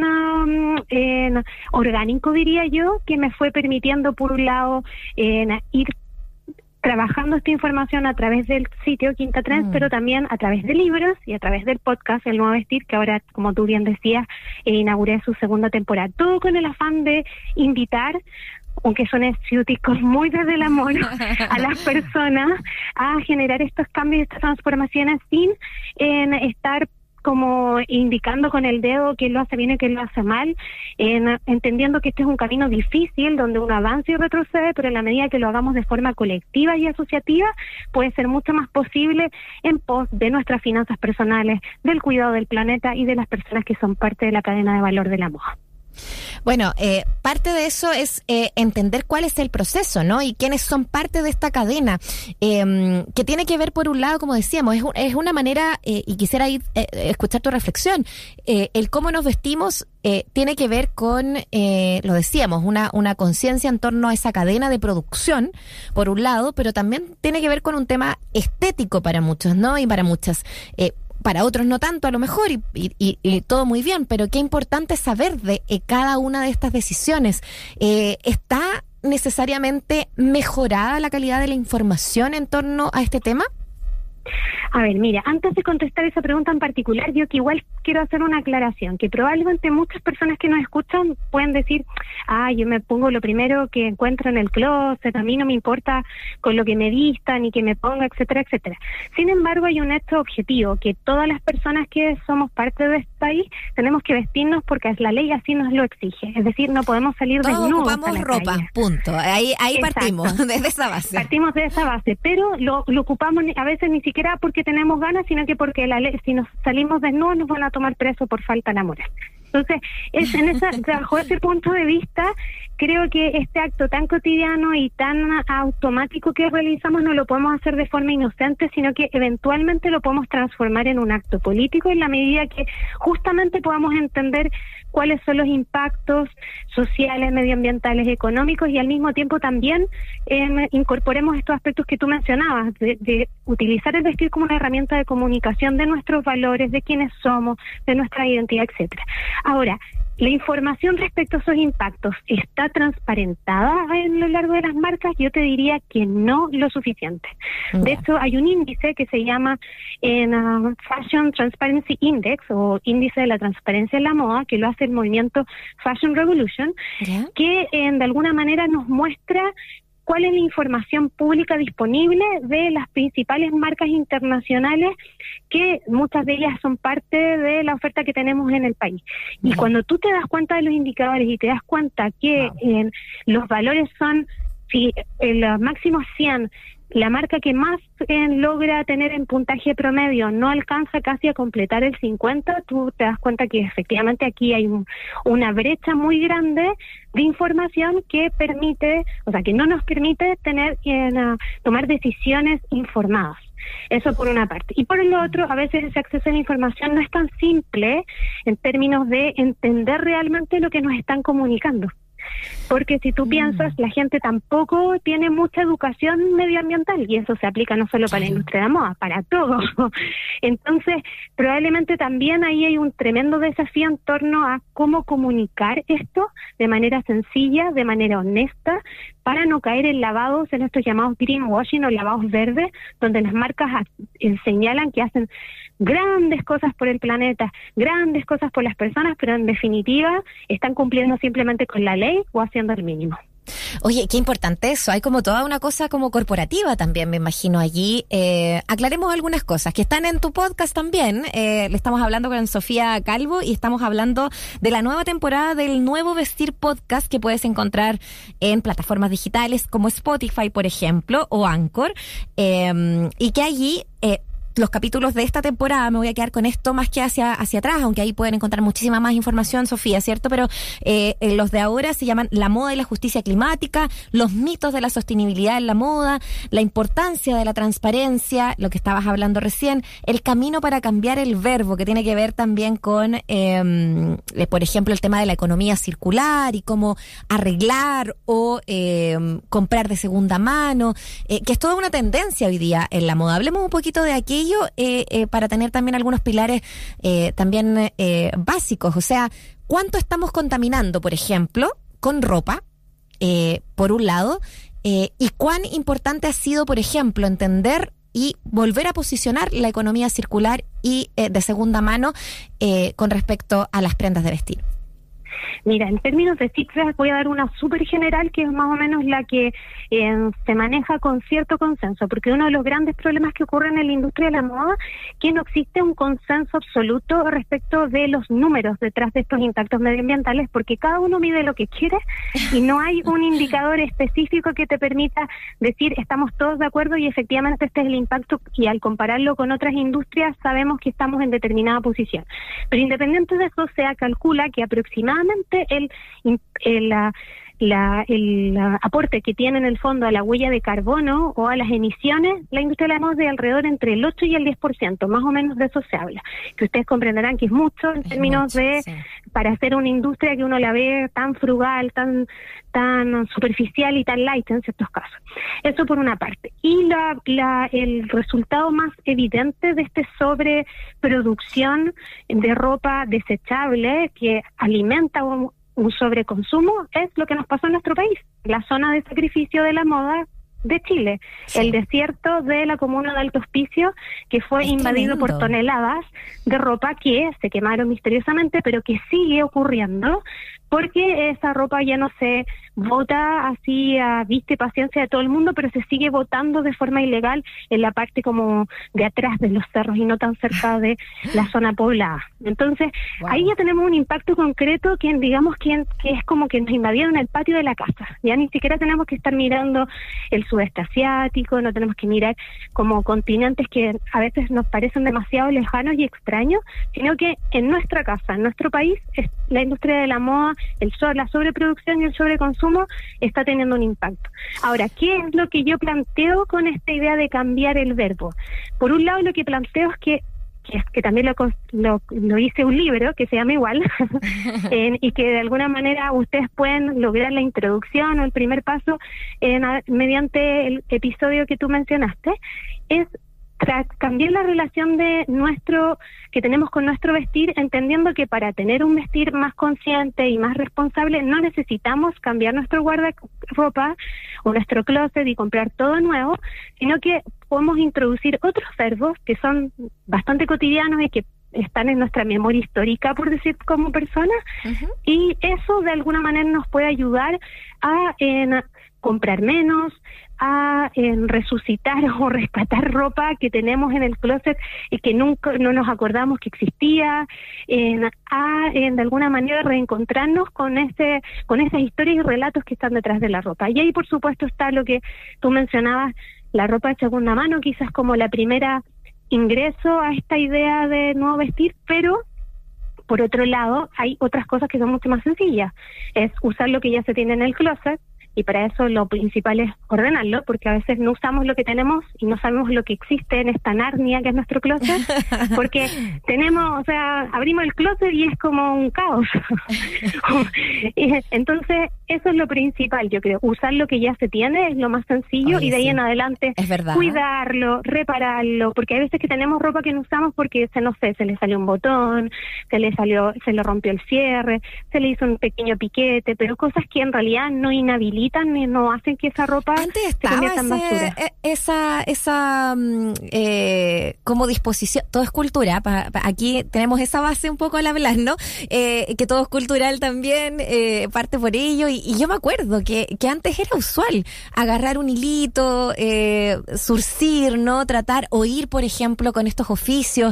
orgánico, diría yo, que me fue permitiendo, por un lado, ir trabajando esta información a través del sitio Quinta Trends, pero también a través de libros y a través del podcast El Nuevo Vestir, que ahora, como tú bien decías, inauguré su segunda temporada. Todo con el afán de invitar, aunque suene ciútico, muy desde el amor, a las personas a generar estos cambios y estas transformaciones sin estar como indicando con el dedo quién lo hace bien y quién lo hace mal, entendiendo que este es un camino difícil donde uno avanza y retrocede, pero en la medida que lo hagamos de forma colectiva y asociativa, puede ser mucho más posible en pos de nuestras finanzas personales, del cuidado del planeta y de las personas que son parte de la cadena de valor de la moda. Bueno, parte de eso es entender cuál es el proceso, ¿no? Y quiénes son parte de esta cadena, que tiene que ver, por un lado, como decíamos, es una manera, y quisiera escuchar tu reflexión, el cómo nos vestimos tiene que ver con, lo decíamos, una conciencia en torno a esa cadena de producción, por un lado, pero también tiene que ver con un tema estético para muchos, ¿no? Y para muchas. Para otros no tanto, a lo mejor, y todo muy bien, pero qué importante saber de cada una de estas decisiones. ¿Está necesariamente mejorada la calidad de la información en torno a este tema? A ver, mira, antes de contestar esa pregunta en particular, yo que igual quiero hacer una aclaración, que probablemente muchas personas que nos escuchan pueden decir, yo me pongo lo primero que encuentro en el closet, a mí no me importa con lo que me vistan y que me ponga, etcétera, etcétera. Sin embargo, hay un hecho objetivo, que todas las personas que somos parte de este país tenemos que vestirnos porque la ley así nos lo exige, es decir, no podemos salir desnudos. Todos ocupamos ropa, calle. Punto. Ahí partimos, desde esa base. Partimos de esa base, pero lo ocupamos a veces ni siquiera porque tenemos ganas, sino que porque la ley, si nos salimos desnudos nos van a tomar preso por falta de moral. Entonces, bajo ese punto de vista, creo que este acto tan cotidiano y tan automático que realizamos no lo podemos hacer de forma inocente, sino que eventualmente lo podemos transformar en un acto político en la medida que justamente podamos entender cuáles son los impactos sociales, medioambientales, económicos y al mismo tiempo también incorporemos estos aspectos que tú mencionabas, de utilizar el vestir como una herramienta de comunicación de nuestros valores, de quiénes somos, de nuestra identidad, etcétera. Ahora, ¿la información respecto a esos impactos está transparentada a lo largo de las marcas? Yo te diría que no lo suficiente. De hecho, hay un índice que se llama Fashion Transparency Index, o índice de la transparencia en la moda, que lo hace el movimiento Fashion Revolution, que de alguna manera nos muestra cuál es la información pública disponible de las principales marcas internacionales, que muchas de ellas son parte de la oferta que tenemos en el país. Y cuando tú te das cuenta de los indicadores y te das cuenta que los valores son, si en los máximos 100, la marca que más logra tener en puntaje promedio no alcanza casi a completar el 50, tú te das cuenta que efectivamente aquí hay una brecha muy grande de información que permite, o sea, que no nos permite tomar decisiones informadas. Eso por una parte. Y por el otro, a veces ese acceso a la información no es tan simple en términos de entender realmente lo que nos están comunicando. Porque si tú piensas, la gente tampoco tiene mucha educación medioambiental, y eso se aplica no solo para la industria de la moda, para todo. Entonces, probablemente también ahí hay un tremendo desafío en torno a cómo comunicar esto de manera sencilla, de manera honesta, para no caer en lavados, en estos llamados greenwashing o lavados verdes, donde las marcas señalan que hacen grandes cosas por el planeta, grandes cosas por las personas, pero en definitiva están cumpliendo simplemente con la ley o haciendo el mínimo. Oye, qué importante eso. Hay como toda una cosa como corporativa también, me imagino, allí. Aclaremos algunas cosas que están en tu podcast también. Le estamos hablando con Sofía Calvo y estamos hablando de la nueva temporada del Nuevo Vestir Podcast, que puedes encontrar en plataformas digitales como Spotify, por ejemplo, o Anchor, y que allí... los capítulos de esta temporada, me voy a quedar con esto más que hacia atrás, aunque ahí pueden encontrar muchísima más información, Sofía, ¿cierto? Pero los de ahora se llaman La moda y la justicia climática, los mitos de la sostenibilidad en la moda, la importancia de la transparencia, lo que estabas hablando recién, el camino para cambiar el verbo, que tiene que ver también con, por ejemplo, el tema de la economía circular y cómo arreglar o comprar de segunda mano, que es toda una tendencia hoy día en la moda. Hablemos un poquito de aquello para tener también algunos pilares también básicos. O sea, ¿cuánto estamos contaminando, por ejemplo, con ropa, por un lado? Y cuán importante ha sido, por ejemplo, entender y volver a posicionar la economía circular y de segunda mano con respecto a las prendas de vestir. Mira, en términos de cifras voy a dar una súper general, que es más o menos la que se maneja con cierto consenso, porque uno de los grandes problemas que ocurren en la industria de la moda es que no existe un consenso absoluto respecto de los números detrás de estos impactos medioambientales, porque cada uno mide lo que quiere y no hay un indicador específico que te permita decir estamos todos de acuerdo y efectivamente este es el impacto, y al compararlo con otras industrias sabemos que estamos en determinada posición. Pero independiente de eso, se calcula que aproximadamente el aporte que tiene en el fondo a la huella de carbono o a las emisiones, la industria de la moda es de alrededor entre el 8 y el 10%, más o menos de eso se habla, que ustedes comprenderán que es mucho en términos de, para hacer una industria que uno la ve tan frugal, tan superficial y tan light en ciertos casos. Eso por una parte. Y el resultado más evidente de este sobreproducción de ropa desechable que alimenta un sobreconsumo es lo que nos pasó en nuestro país. La zona de sacrificio de la moda de Chile, el desierto de la comuna de Alto Hospicio, que fue invadido por toneladas de ropa que se quemaron misteriosamente, pero que sigue ocurriendo, porque esa ropa ya no se bota así a vista y paciencia de todo el mundo, pero se sigue botando de forma ilegal en la parte como de atrás de los cerros y no tan cerca de la zona poblada. Entonces, ahí ya tenemos un impacto concreto que digamos que es como que nos invadieron el patio de la casa. Ya ni siquiera tenemos que estar mirando el sudeste asiático, no tenemos que mirar como continentes que a veces nos parecen demasiado lejanos y extraños, sino que en nuestra casa, en nuestro país, la industria de la moda, la sobreproducción y el sobreconsumo está teniendo un impacto. Ahora, ¿qué es lo que yo planteo con esta idea de cambiar el verbo? Por un lado, lo que planteo es que también lo hice un libro que se llama igual y que de alguna manera ustedes pueden lograr la introducción o el primer paso mediante el episodio que tú mencionaste, es cambiar la relación que tenemos con nuestro vestir, entendiendo que para tener un vestir más consciente y más responsable no necesitamos cambiar nuestro guardarropa o nuestro closet y comprar todo nuevo, sino que podemos introducir otros verbos que son bastante cotidianos y que están en nuestra memoria histórica, por decir, como personas, y eso de alguna manera nos puede ayudar a comprar menos, a resucitar o rescatar ropa que tenemos en el closet y que nunca no nos acordamos que existía, de alguna manera reencontrarnos con esas historias y relatos que están detrás de la ropa. Y ahí, por supuesto, está lo que tú mencionabas, la ropa de segunda mano, quizás como la primera ingreso a esta idea de nuevo vestir, pero por otro lado hay otras cosas que son mucho más sencillas, es usar lo que ya se tiene en el closet. Y para eso lo principal es ordenarlo, porque a veces no usamos lo que tenemos y no sabemos lo que existe en esta Narnia que es nuestro closet, porque abrimos el closet y es como un caos. Entonces, eso es lo principal, yo creo. Usar lo que ya se tiene es lo más sencillo. Oye, y de ahí en adelante cuidarlo, repararlo, porque hay veces que tenemos ropa que no usamos porque se le salió un botón, se le rompió el cierre, se le hizo un pequeño piquete, pero cosas que en realidad no inhabilitan y no hacen que esa ropa se convierta en basura. Esa como disposición, todo es cultura, aquí tenemos esa base un poco al hablar, ¿no? Que todo es cultural también, parte por ello, y yo me acuerdo que antes era usual agarrar un hilito, surcir, ¿no? Tratar o ir, por ejemplo, con estos oficios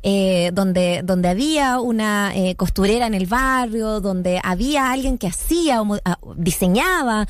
donde había una costurera en el barrio, donde había alguien que hacía o diseñaba,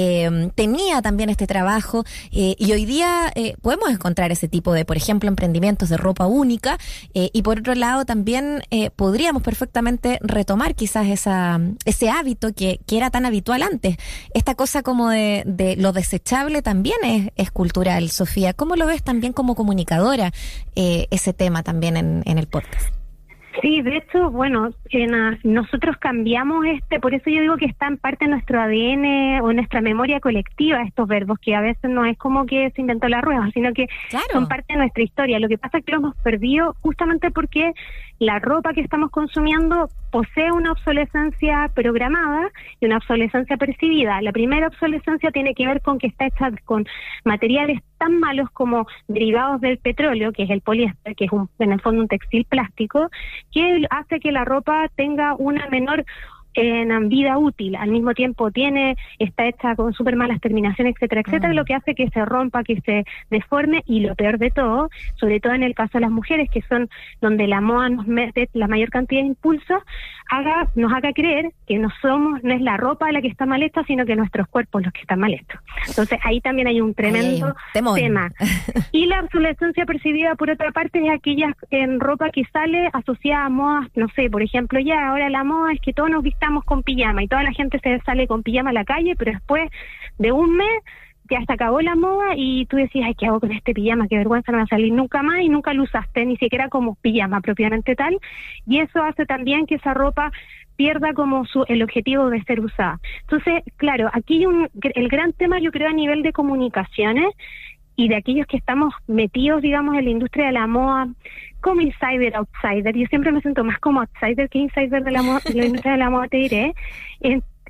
tenía también este trabajo, y hoy día podemos encontrar ese tipo de, por ejemplo, emprendimientos de ropa única, y por otro lado también podríamos perfectamente retomar quizás ese hábito que era tan habitual antes. Esta cosa como de lo desechable también es cultural, Sofía. ¿Cómo lo ves también como comunicadora ese tema también en el podcast? Sí, de hecho, bueno, nosotros cambiamos por eso yo digo que está en parte de nuestro ADN o nuestra memoria colectiva, estos verbos, que a veces no es como que se inventó la rueda, sino que son parte de nuestra historia. Lo que pasa es que lo hemos perdido justamente porque la ropa que estamos consumiendo posee una obsolescencia programada y una obsolescencia percibida. La primera obsolescencia tiene que ver con que está hecha con materiales tan malos como derivados del petróleo, que es el poliéster, que es en el fondo un textil plástico, que hace que la ropa tenga una menor vida útil. Al mismo tiempo está hecha con súper malas terminaciones, etcétera, etcétera, lo que hace que se rompa, que se deforme, y lo peor de todo, sobre todo en el caso de las mujeres, que son donde la moda nos mete la mayor cantidad de impulsos, nos haga creer que no es la ropa la que está mal hecha, sino que nuestros cuerpos los que están mal hechos. Entonces ahí también hay un tremendo tema. Y la obsolescencia percibida, por otra parte, es aquella ropa que sale asociada a modas, no sé, por ejemplo, ahora la moda es que todos nos vistamos con pijama y toda la gente se sale con pijama a la calle, pero después de un mes ya se acabó la moda y tú decías, ay, ¿qué hago con este pijama? Qué vergüenza, no va a salir nunca más, y nunca lo usaste, ni siquiera como pijama propiamente tal, y eso hace también que esa ropa pierda como el objetivo de ser usada. Entonces, claro, aquí el gran tema, yo creo, a nivel de comunicaciones y de aquellos que estamos metidos, digamos, en la industria de la moda, como insider, outsider, yo siempre me siento más como outsider que insider de la industria de la moda, te diré,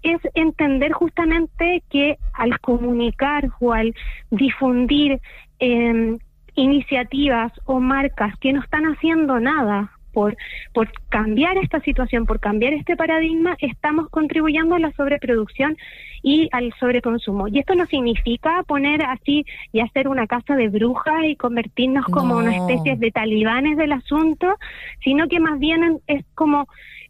es entender justamente que al comunicar o al difundir iniciativas o marcas que no están haciendo nada por cambiar esta situación, por cambiar este paradigma, estamos contribuyendo a la sobreproducción y al sobreconsumo. Y esto no significa poner así y hacer una casa de brujas y convertirnos como una especie de talibanes del asunto, sino que más bien es como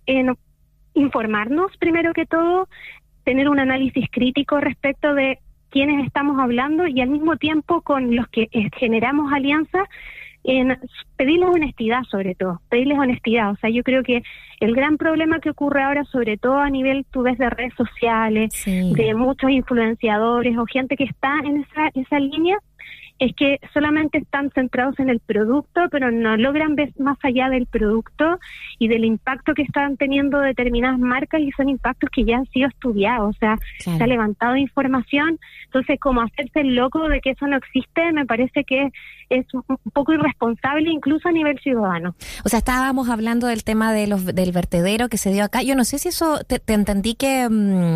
informarnos primero que todo, tener un análisis crítico respecto de quiénes estamos hablando y al mismo tiempo con los que generamos alianzas, pedirles honestidad sobre todo, pedirles honestidad. O sea, yo creo que el gran problema que ocurre ahora, sobre todo a nivel, tú ves, de redes sociales, de muchos influenciadores o gente que está en esa línea, es que solamente están centrados en el producto, pero no logran ver más allá del producto y del impacto que están teniendo determinadas marcas, y son impactos que ya han sido estudiados, o sea, se ha levantado información. Entonces, como hacerse el loco de que eso no existe, me parece que es un poco irresponsable incluso a nivel ciudadano. O sea, estábamos hablando del tema del vertedero que se dio acá. Yo no sé si eso te entendí que,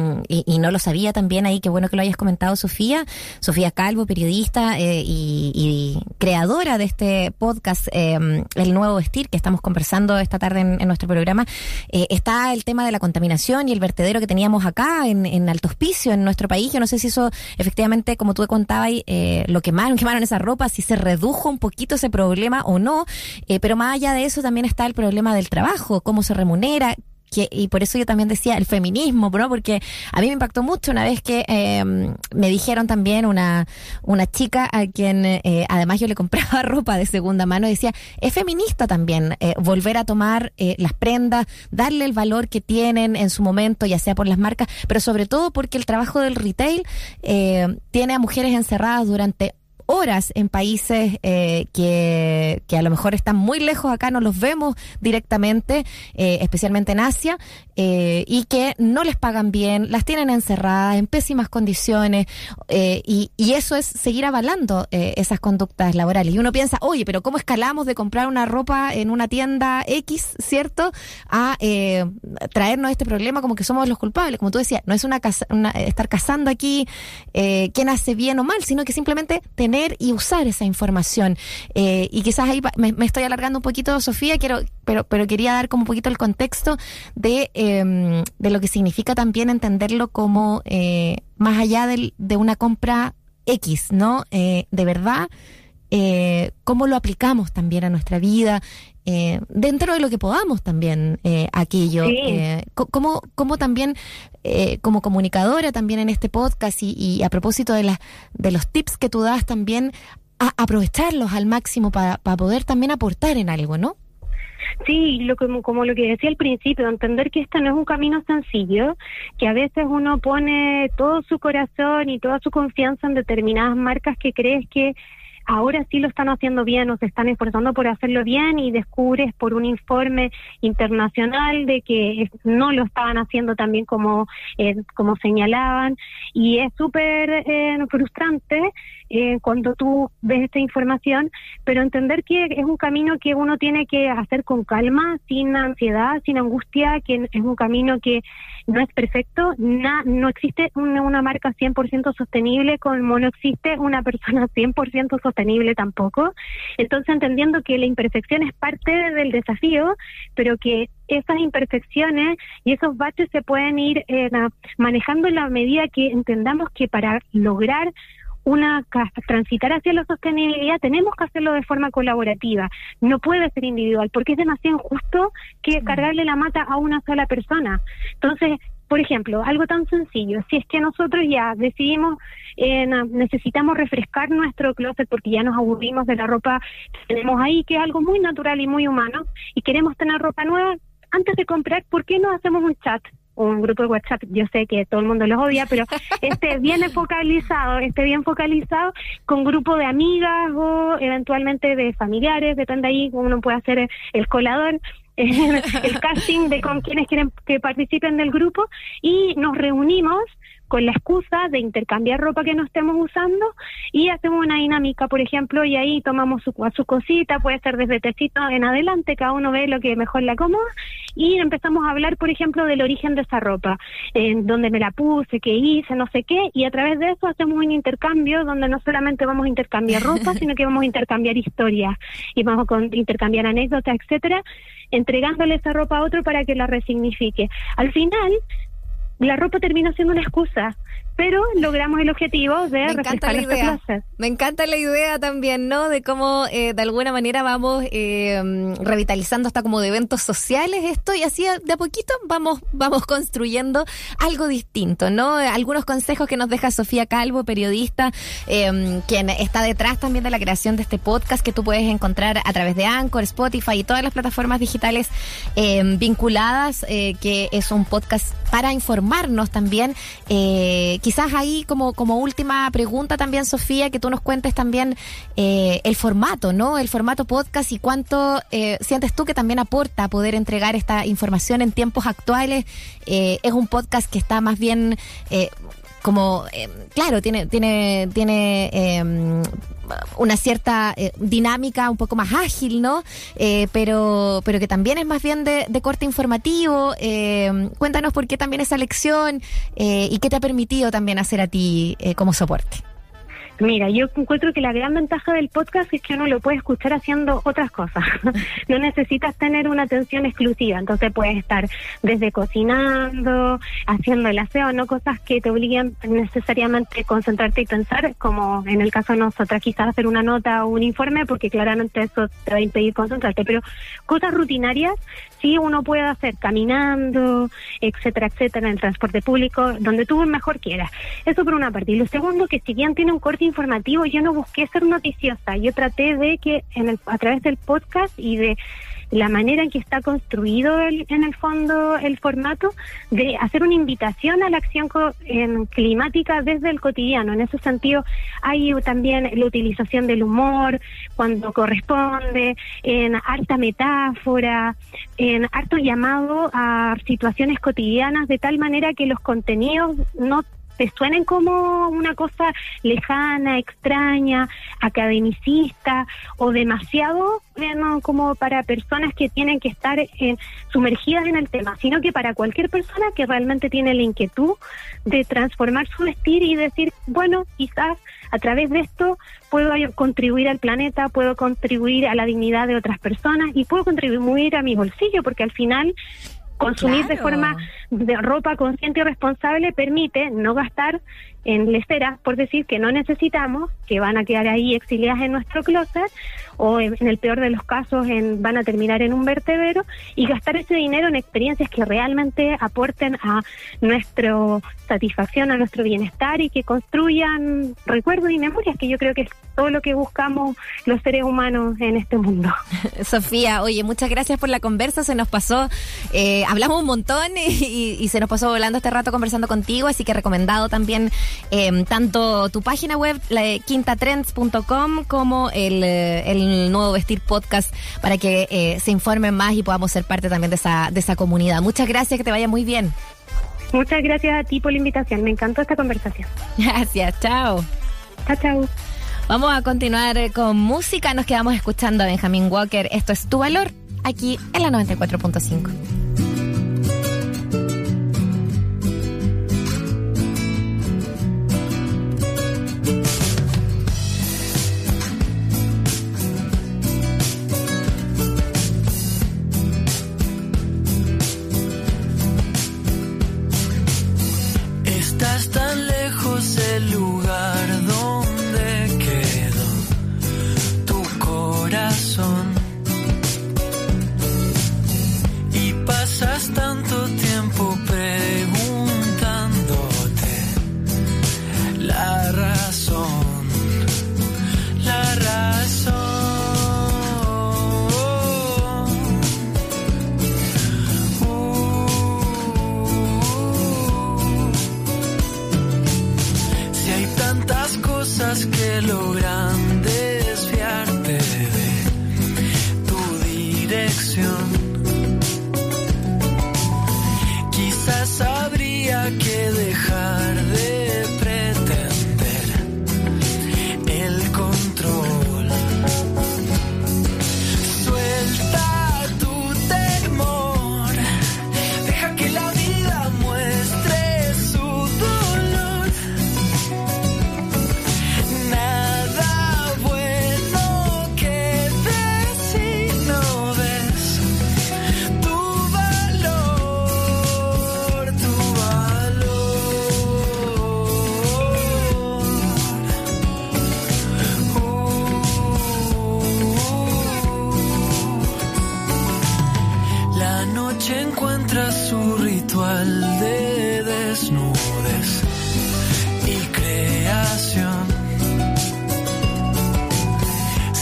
y no lo sabía también ahí, qué bueno que lo hayas comentado, Sofía Calvo, periodista y creadora de este podcast, El Nuevo Vestir, que estamos conversando esta tarde en nuestro programa. Está el tema de la contaminación y el vertedero que teníamos acá en Alto Hospicio, en nuestro país. Yo no sé si eso efectivamente, como tú contabas, lo quemaron esa ropa, si se redujo un poquito ese problema o no, pero más allá de eso también está el problema del trabajo, cómo se remunera, y por eso yo también decía el feminismo, ¿no? Porque a mí me impactó mucho una vez que me dijeron también una chica a quien además yo le compraba ropa de segunda mano, y decía, es feminista también volver a tomar las prendas, darle el valor que tienen en su momento, ya sea por las marcas, pero sobre todo porque el trabajo del retail tiene a mujeres encerradas durante horas en países que a lo mejor están muy lejos, acá no los vemos directamente, especialmente en Asia, y que no les pagan bien, las tienen encerradas en pésimas condiciones, y eso es seguir avalando esas conductas laborales. Y uno piensa, oye, pero ¿cómo escalamos de comprar una ropa en una tienda X, ¿cierto?, a traernos este problema como que somos los culpables? Como tú decías, no es estar cazando aquí quién hace bien o mal, sino que simplemente tener y usar esa información. Y quizás ahí me estoy alargando un poquito, Sofía, pero quería dar como un poquito el contexto de lo que significa también entenderlo como más allá de una compra X, ¿no? De verdad, cómo lo aplicamos también a nuestra vida, dentro de lo que podamos también, aquello. Cómo también, como comunicadora también en este podcast y a propósito de los tips que tú das también, a aprovecharlos al máximo para poder también aportar en algo, ¿no? Sí, como lo que decía al principio, entender que este no es un camino sencillo, que a veces uno pone todo su corazón y toda su confianza en determinadas marcas que crees que ahora sí lo están haciendo bien o se están esforzando por hacerlo bien, y descubres por un informe internacional de que no lo estaban haciendo tan bien como señalaban, y es súper frustrante cuando tú ves esta información, pero entender que es un camino que uno tiene que hacer con calma, sin ansiedad, sin angustia, que es un camino que no es perfecto, no existe una marca 100% sostenible, como no existe una persona 100% sostenible tampoco. Entonces, entendiendo que la imperfección es parte del desafío, pero que esas imperfecciones y esos baches se pueden ir manejando en la medida que entendamos que para lograr transitar hacia la sostenibilidad tenemos que hacerlo de forma colaborativa, no puede ser individual, porque es demasiado injusto que cargarle la mata a una sola persona. Entonces, por ejemplo, algo tan sencillo, si es que nosotros ya decidimos, necesitamos refrescar nuestro closet porque ya nos aburrimos de la ropa que tenemos ahí, que es algo muy natural y muy humano, y queremos tener ropa nueva, antes de comprar, ¿por qué no hacemos un chat? Un grupo de WhatsApp, yo sé que todo el mundo los odia, pero bien focalizado, con grupo de amigas o eventualmente de familiares, depende ahí, uno puede hacer el colador, el casting de con quienes quieren que participen del grupo, y nos reunimos con la excusa de intercambiar ropa que no estemos usando y hacemos una dinámica, por ejemplo, y ahí tomamos su cosita, puede ser desde tecito en adelante, cada uno ve lo que mejor le acomoda, y empezamos a hablar, por ejemplo, del origen de esa ropa, en dónde me la puse, qué hice, no sé qué, y a través de eso hacemos un intercambio donde no solamente vamos a intercambiar ropa, sino que vamos a intercambiar historias y vamos a intercambiar anécdotas, etcétera, entregándole esa ropa a otro para que la resignifique. Al final, la ropa termina siendo una excusa, pero logramos el objetivo de refrescar este closet. Me encanta la idea también, ¿no? De cómo de alguna manera vamos revitalizando hasta como de eventos sociales esto, y así de a poquito vamos construyendo algo distinto, ¿no? Algunos consejos que nos deja Sofía Calvo, periodista, quien está detrás también de la creación de este podcast que tú puedes encontrar a través de Anchor, Spotify y todas las plataformas digitales vinculadas, que es un podcast para informarnos también. Quizás ahí como última pregunta también, Sofía, que tú nos cuentes también el formato, ¿no? El formato podcast y cuánto sientes tú que también aporta a poder entregar esta información en tiempos actuales. Es un podcast que está más bien claro, tiene una cierta dinámica un poco más ágil, ¿no? Pero que también es más bien de corte informativo. Cuéntanos por qué también esa elección y qué te ha permitido también hacer a ti como soporte. Mira, yo encuentro que la gran ventaja del podcast es que uno lo puede escuchar haciendo otras cosas. No necesitas tener una atención exclusiva, entonces puedes estar desde cocinando, haciendo el aseo, no cosas que te obliguen necesariamente a concentrarte y pensar, como en el caso de nosotras, quizás hacer una nota o un informe, porque claramente eso te va a impedir concentrarte, pero cosas rutinarias sí uno puede hacer caminando, etcétera, etcétera, en el transporte público, donde tú mejor quieras. Eso por una parte. Y lo segundo, que si bien tiene un corte informativo, yo no busqué ser noticiosa, yo traté de que a través del podcast y de la manera en que está construido en el fondo el formato, de hacer una invitación a la acción climática desde el cotidiano. En ese sentido hay también la utilización del humor cuando corresponde, en harta metáfora, en harto llamado a situaciones cotidianas, de tal manera que los contenidos no te suenen como una cosa lejana, extraña, academicista o demasiado como para personas que tienen que estar sumergidas en el tema, sino que para cualquier persona que realmente tiene la inquietud de transformar su vestir y decir, bueno, quizás a través de esto puedo contribuir al planeta, puedo contribuir a la dignidad de otras personas y puedo contribuir a mi bolsillo, porque al final consumir de forma de ropa consciente y responsable permite no gastar en leceras, por decir, que no necesitamos, que van a quedar ahí exiliadas en nuestro closet, o en el peor de los casos van a terminar en un vertedero, y gastar ese dinero en experiencias que realmente aporten a nuestra satisfacción, a nuestro bienestar, y que construyan recuerdos y memorias, que yo creo que es todo lo que buscamos los seres humanos en este mundo. Sofía, oye, muchas gracias por la conversa, se nos pasó, hablamos un montón y se nos pasó volando este rato conversando contigo, así que recomendado también tanto tu página web, quintatrends.com, como el Nuevo Vestir Podcast, para que se informen más y podamos ser parte también de esa comunidad. Muchas gracias, que te vaya muy bien. Muchas gracias a ti por la invitación, me encantó esta conversación. Gracias, chao. Chao. Vamos a continuar con música, nos quedamos escuchando a Benjamin Walker. Esto es Tu Valor, aquí en la 94.5. Estás tan lejos del lugar donde quedó tu corazón, y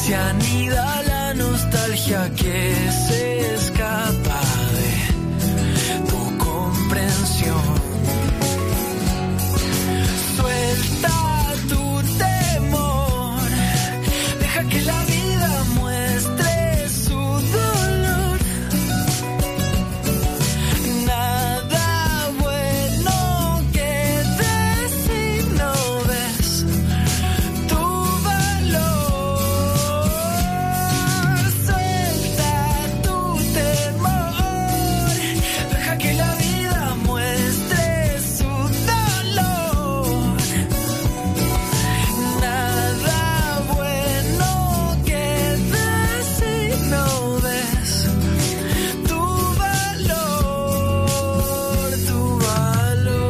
se anida la nostalgia que se escapa de tu comprensión. Suelta tu temor, deja que la vida muestre su dolor. Nada bueno quede si no ves tu valor. Suelta tu temor, deja que la vida muestre su dolor. Nada bueno quede si no ves tu valor, tu valor.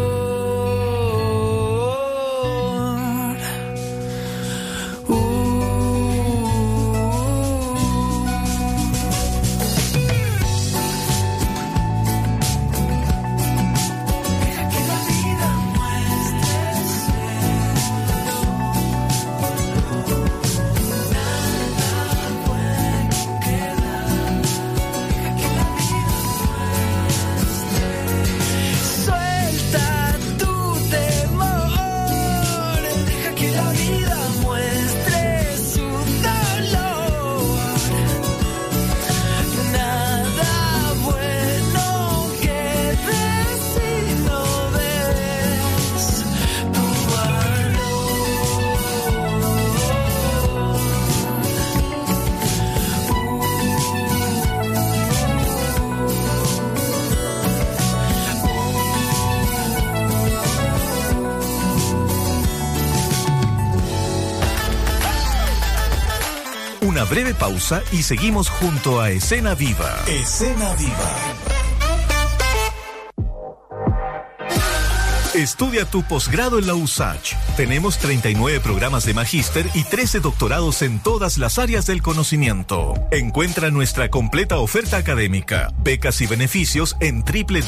Deja que la vida muestre nada bueno queda. Deja que la vida muestre. Suelta tu temor, deja que la vida muestre su dolor. Nada bueno quede si no ves tu valor. Una breve pausa y seguimos junto a Escena Viva. Escena Viva. Estudia tu posgrado en la USACH. Tenemos 39 programas de magíster y 13 doctorados en todas las áreas del conocimiento. Encuentra nuestra completa oferta académica, becas y beneficios en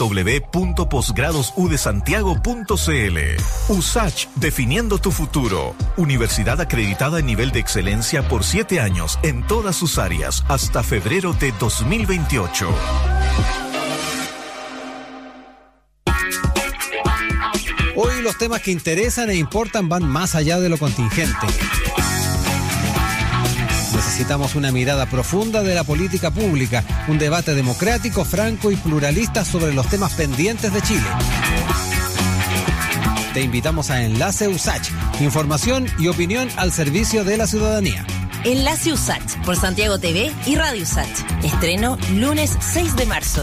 www.posgradosudesantiago.cl. USACH, definiendo tu futuro. Universidad acreditada en nivel de excelencia por 7 años en todas sus áreas hasta febrero de 2028. Hoy los temas que interesan e importan van más allá de lo contingente. Necesitamos una mirada profunda de la política pública, un debate democrático, franco y pluralista sobre los temas pendientes de Chile. Te invitamos a Enlace USACH, información y opinión al servicio de la ciudadanía. Enlace USACH por Santiago TV y Radio USACH. Estreno lunes 6 de marzo.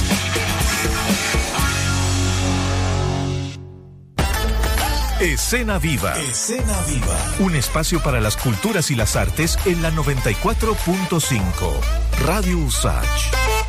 Escena Viva. Escena Viva. Un espacio para las culturas y las artes en la 94.5. Radio USACH.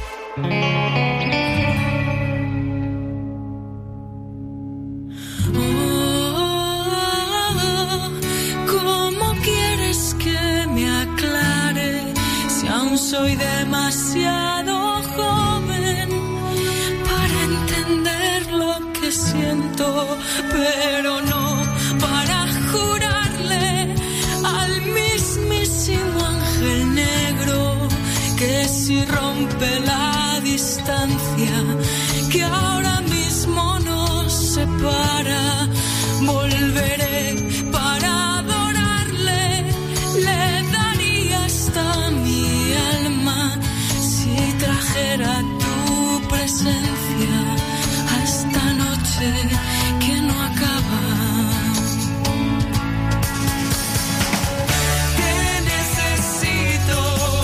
¿Cómo quieres que me aclare si aún soy demasiado joven para entender lo que siento, pero no para jurarle al mismísimo ángel negro que si rompe la distancia que ahora mismo nos separa, volveré para adorarle, le daría hasta mi alma si trajera tu presencia a esta noche que no acaba. Te necesito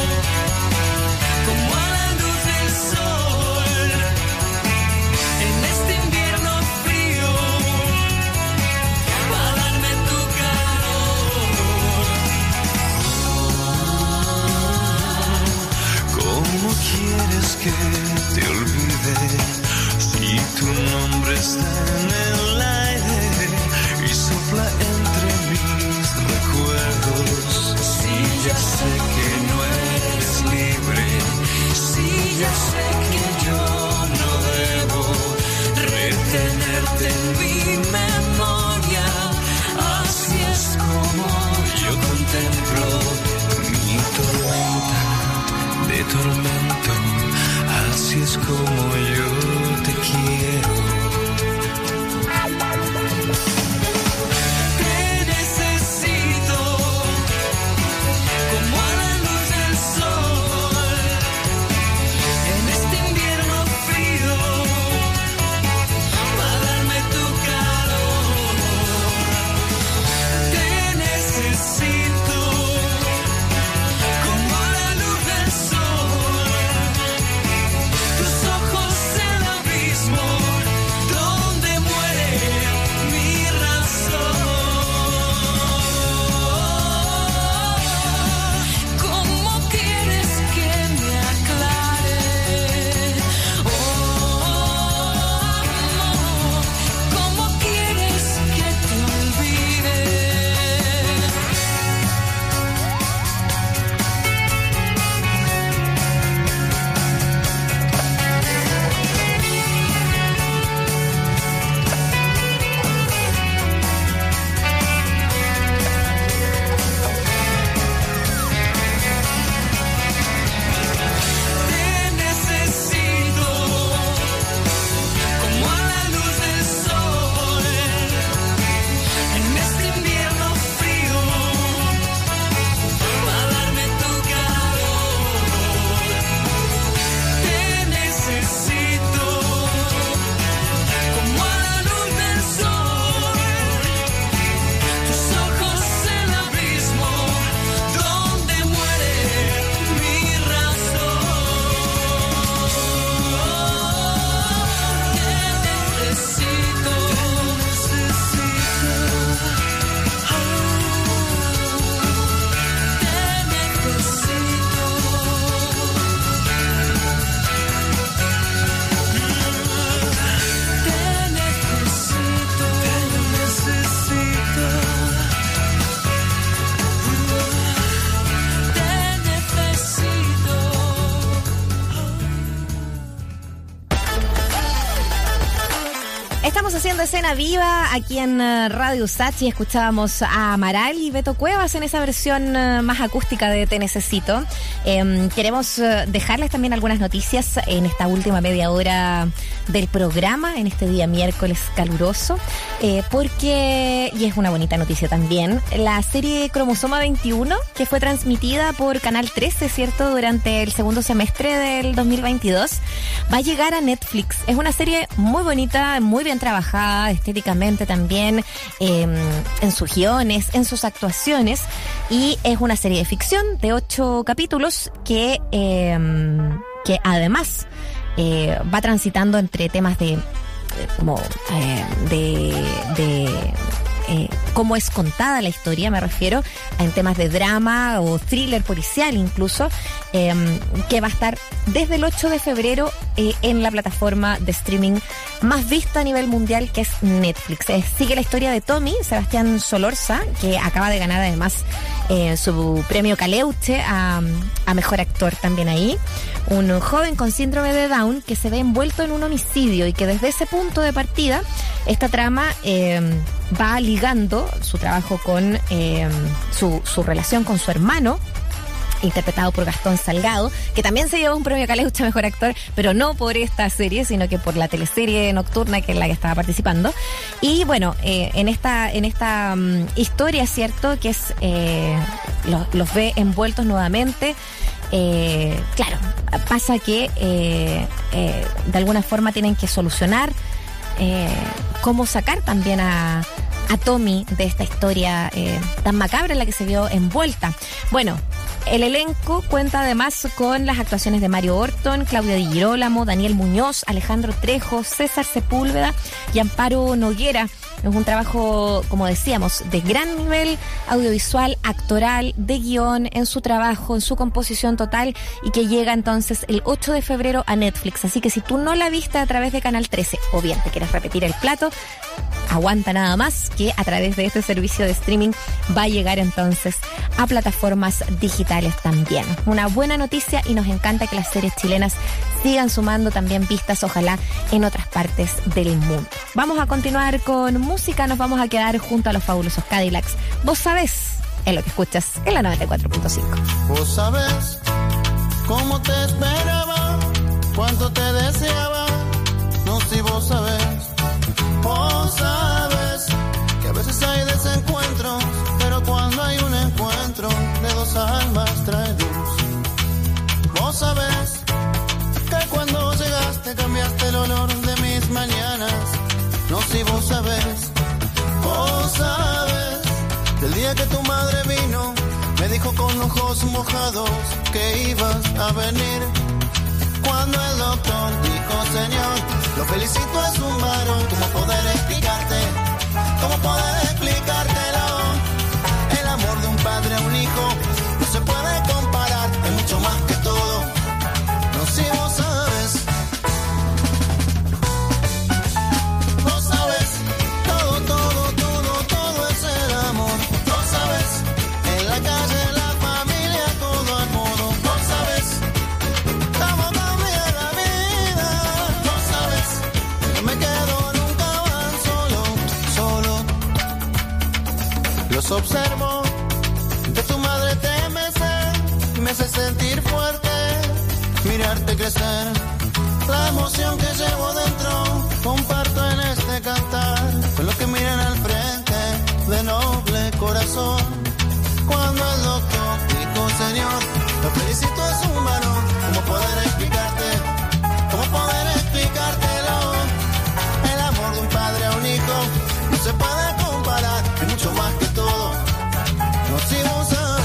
como a la luz del sol en este invierno frío para darme tu calor. ¿Cómo quieres que te olvide si tu nombre está en el aire y sopla entre mis recuerdos? Si ya sé que no eres libre, si ya sé que yo no debo retenerte en mi memoria, así es como yo contemplo mi tormento, así es como yo te quiero. Te necesito como a la luz del sol en este invierno frío, para darme tu calor. Te necesito como a la luz del sol, tus ojos el abismo donde muere mi razón. ¿Cómo quieres que me aclare? ¿Cómo quieres que te olvide? Te necesito como a la luz del sol en este invierno frío, para darme tu calor. Te necesito como a la luz del sol, tus ojos el abismo donde muere mi razón. Te necesito, Estamos haciendo escena viva aquí en Radio Sachi. Escuchábamos a Amaral y Beto Cuevas en esa versión más acústica de Te Necesito. Queremos dejarles también algunas noticias en esta última media hora del programa, en este día miércoles caluroso, porque, y es una bonita noticia también, la serie Cromosoma 21, que fue transmitida por Canal 13, ¿cierto?, durante el segundo semestre del 2022, va a llegar a Netflix. Es una serie muy bonita, muy bien trabajada estéticamente también, en sus guiones, en sus actuaciones, y es una serie de ficción de 8 capítulos que además va transitando entre temas de cómo es contada la historia, me refiero, en temas de drama o thriller policial incluso, que va a estar desde el 8 de febrero en la plataforma de streaming más vista a nivel mundial, que es Netflix. Sigue la historia de Tommy, Sebastián Solorza, que acaba de ganar además su premio Caleuche a mejor actor también ahí. Un joven con síndrome de Down que se ve envuelto en un homicidio y que desde ese punto de partida esta trama va ligando su trabajo con su relación con su hermano, interpretado por Gastón Salgado, que también se llevó un premio Caleuche a mejor actor, pero no por esta serie, sino que por la teleserie nocturna que es la que estaba participando. Y bueno, en esta historia, cierto, que es los ve envueltos nuevamente. Claro, pasa que de alguna forma tienen que solucionar cómo sacar también a Tommy de esta historia tan macabra en la que se vio envuelta. Bueno, el elenco cuenta además con las actuaciones de Mario Orton, Claudia Di Girolamo, Daniel Muñoz, Alejandro Trejo, César Sepúlveda y Amparo Noguera. Es un trabajo, como decíamos, de gran nivel audiovisual, actoral, de guión, en su trabajo, en su composición total, y que llega entonces el 8 de febrero a Netflix. Así que si tú no la viste a través de Canal 13 o bien te quieres repetir el plato, aguanta nada más, que a través de este servicio de streaming va a llegar entonces a plataformas digitales también. Una buena noticia, y nos encanta que las series chilenas sigan sumando también vistas, ojalá en otras partes del mundo. Vamos a continuar con música, nos vamos a quedar junto a los fabulosos Cadillacs. Vos sabés, es lo que escuchas en la 94.5. Vos sabés cómo te esperaba, cuánto te deseaba. No, si vos sabes que a veces hay desencuentros, pero cuando hay un encuentro de dos almas trae luz. Vos sabés que cuando llegaste cambiaste el olor de mis mañanas. No, si vos sabés del día que tu madre vino, me dijo con ojos mojados que ibas a venir. Cuando el doctor dijo, señor, lo felicito, es un varón. ¿Cómo poder explicarte? ¿Cómo poder explicártelo? El amor de un padre a un hijo no se puede comparar, es mucho más que todo. No, si vos sabes, todo es el amor. Vos sabes, en la calle, en la familia, todo al modo. Vos sabes cómo cambia la vida. Vos sabes que no me quedo nunca más solo. Los observo, de tu madre te me hace sentir fuerte, mirarte crecer. La emoción que llevo dentro comparto en este cantar con los que miran al frente de noble corazón. Cuando el doctor dijo, señor, lo felicito, es un varón. ¿Cómo poder explicarte? ¿Cómo poder explicártelo? El amor de un padre a un hijo no se puede comparar, es mucho más que todo. No, si vos sabes.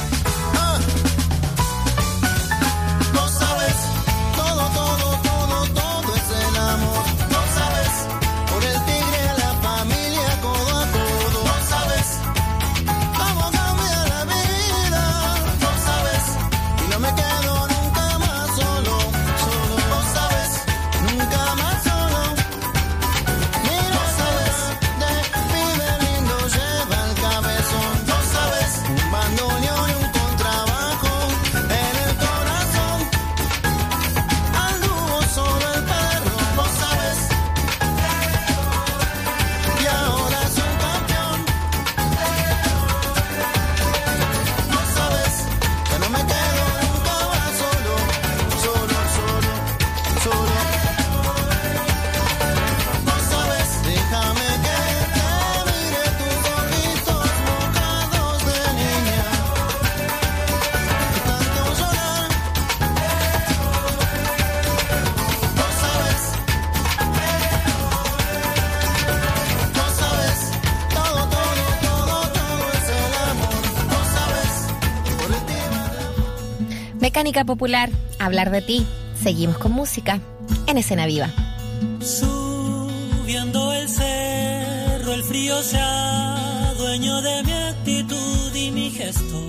Mecánica Popular, hablar de ti. Seguimos con música en Escena Viva. Subiendo el cerro, el frío se adueñó de mi actitud y mi gesto.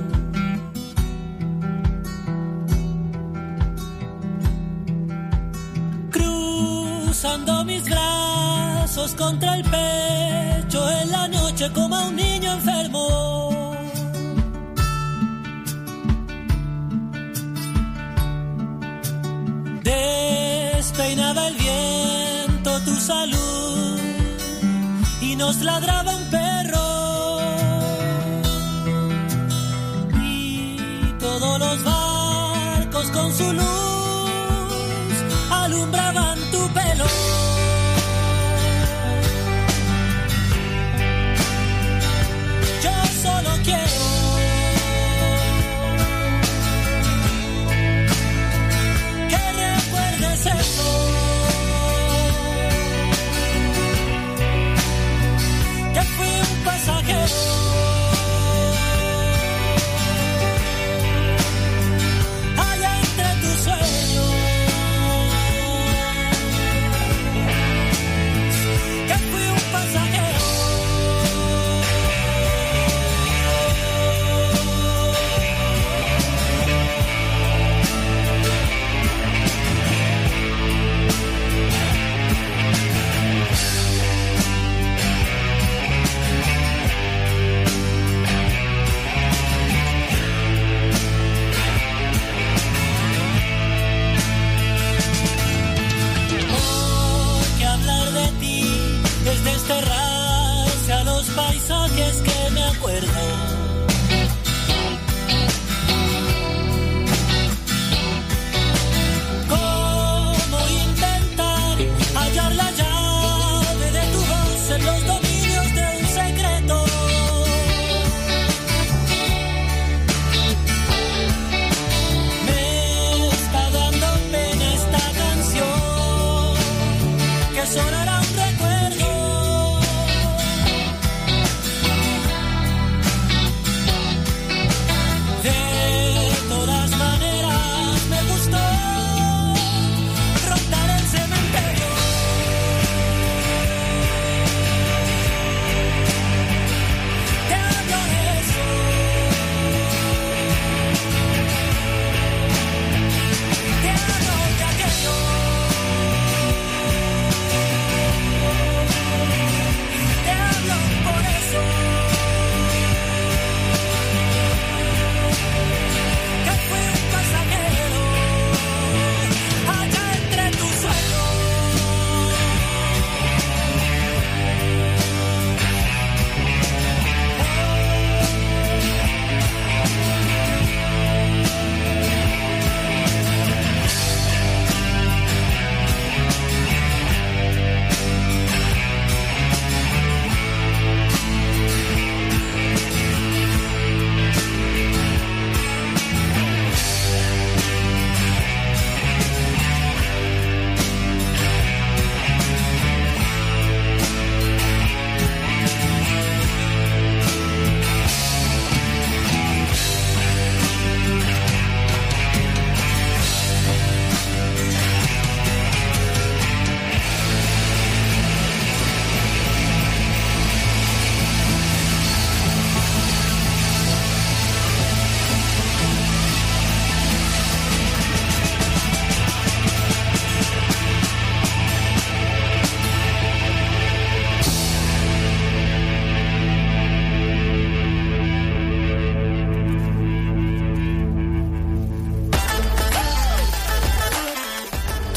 Cruzando mis brazos contra el pecho en la noche como a un niño enfermo. Despeinaba el viento tu salud y nos ladraba un perro, y todos los barcos con su luz alumbraban tu pelo. Yo solo quiero eso, que fui un pasajero allá entre tus sueños.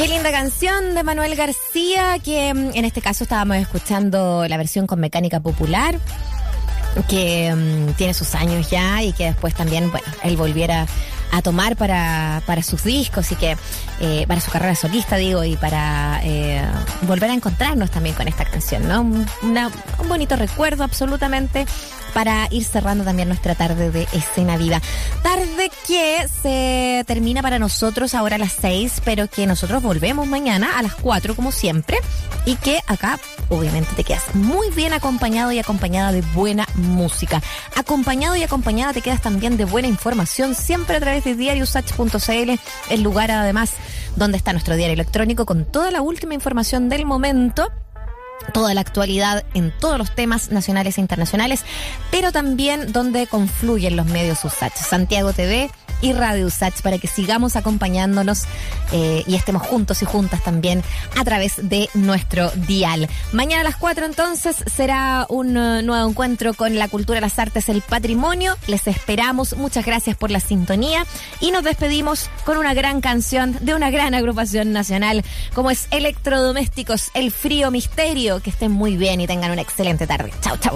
Qué linda canción de Manuel García, que en este caso estábamos escuchando la versión con mecánica popular, que tiene sus años ya y que después también, bueno, él volviera a tomar para sus discos y que para su carrera solista, digo, y para volver a encontrarnos también con esta canción, ¿no? Un bonito recuerdo absolutamente para ir cerrando también nuestra tarde de Escena Viva. Tarde que se termina para nosotros ahora a las 6, pero que nosotros volvemos mañana a las 4 como siempre, y que acá obviamente te quedas muy bien acompañado y acompañada de buena música. Acompañado y acompañada te quedas también de buena información, siempre a través de diariosach.cl, el lugar además donde está nuestro diario electrónico con toda la última información del momento, toda la actualidad en todos los temas nacionales e internacionales, pero también donde confluyen los medios USACH, Santiago TV y Radio USACH, para que sigamos acompañándonos y estemos juntos y juntas también a través de nuestro dial. Mañana a las 4 entonces será un nuevo encuentro con la cultura, las artes, el patrimonio. Les esperamos, muchas gracias por la sintonía y nos despedimos con una gran canción de una gran agrupación nacional como es Electrodomésticos, El Frío Misterio. Que estén muy bien y tengan una excelente tarde. Chau, chau.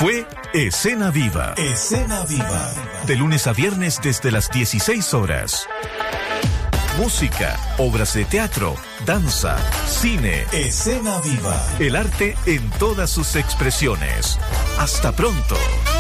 Fue Escena Viva. Escena Viva. De lunes a viernes desde las 16 horas. Música, obras de teatro, danza, cine. Escena Viva. El arte en todas sus expresiones. Hasta pronto.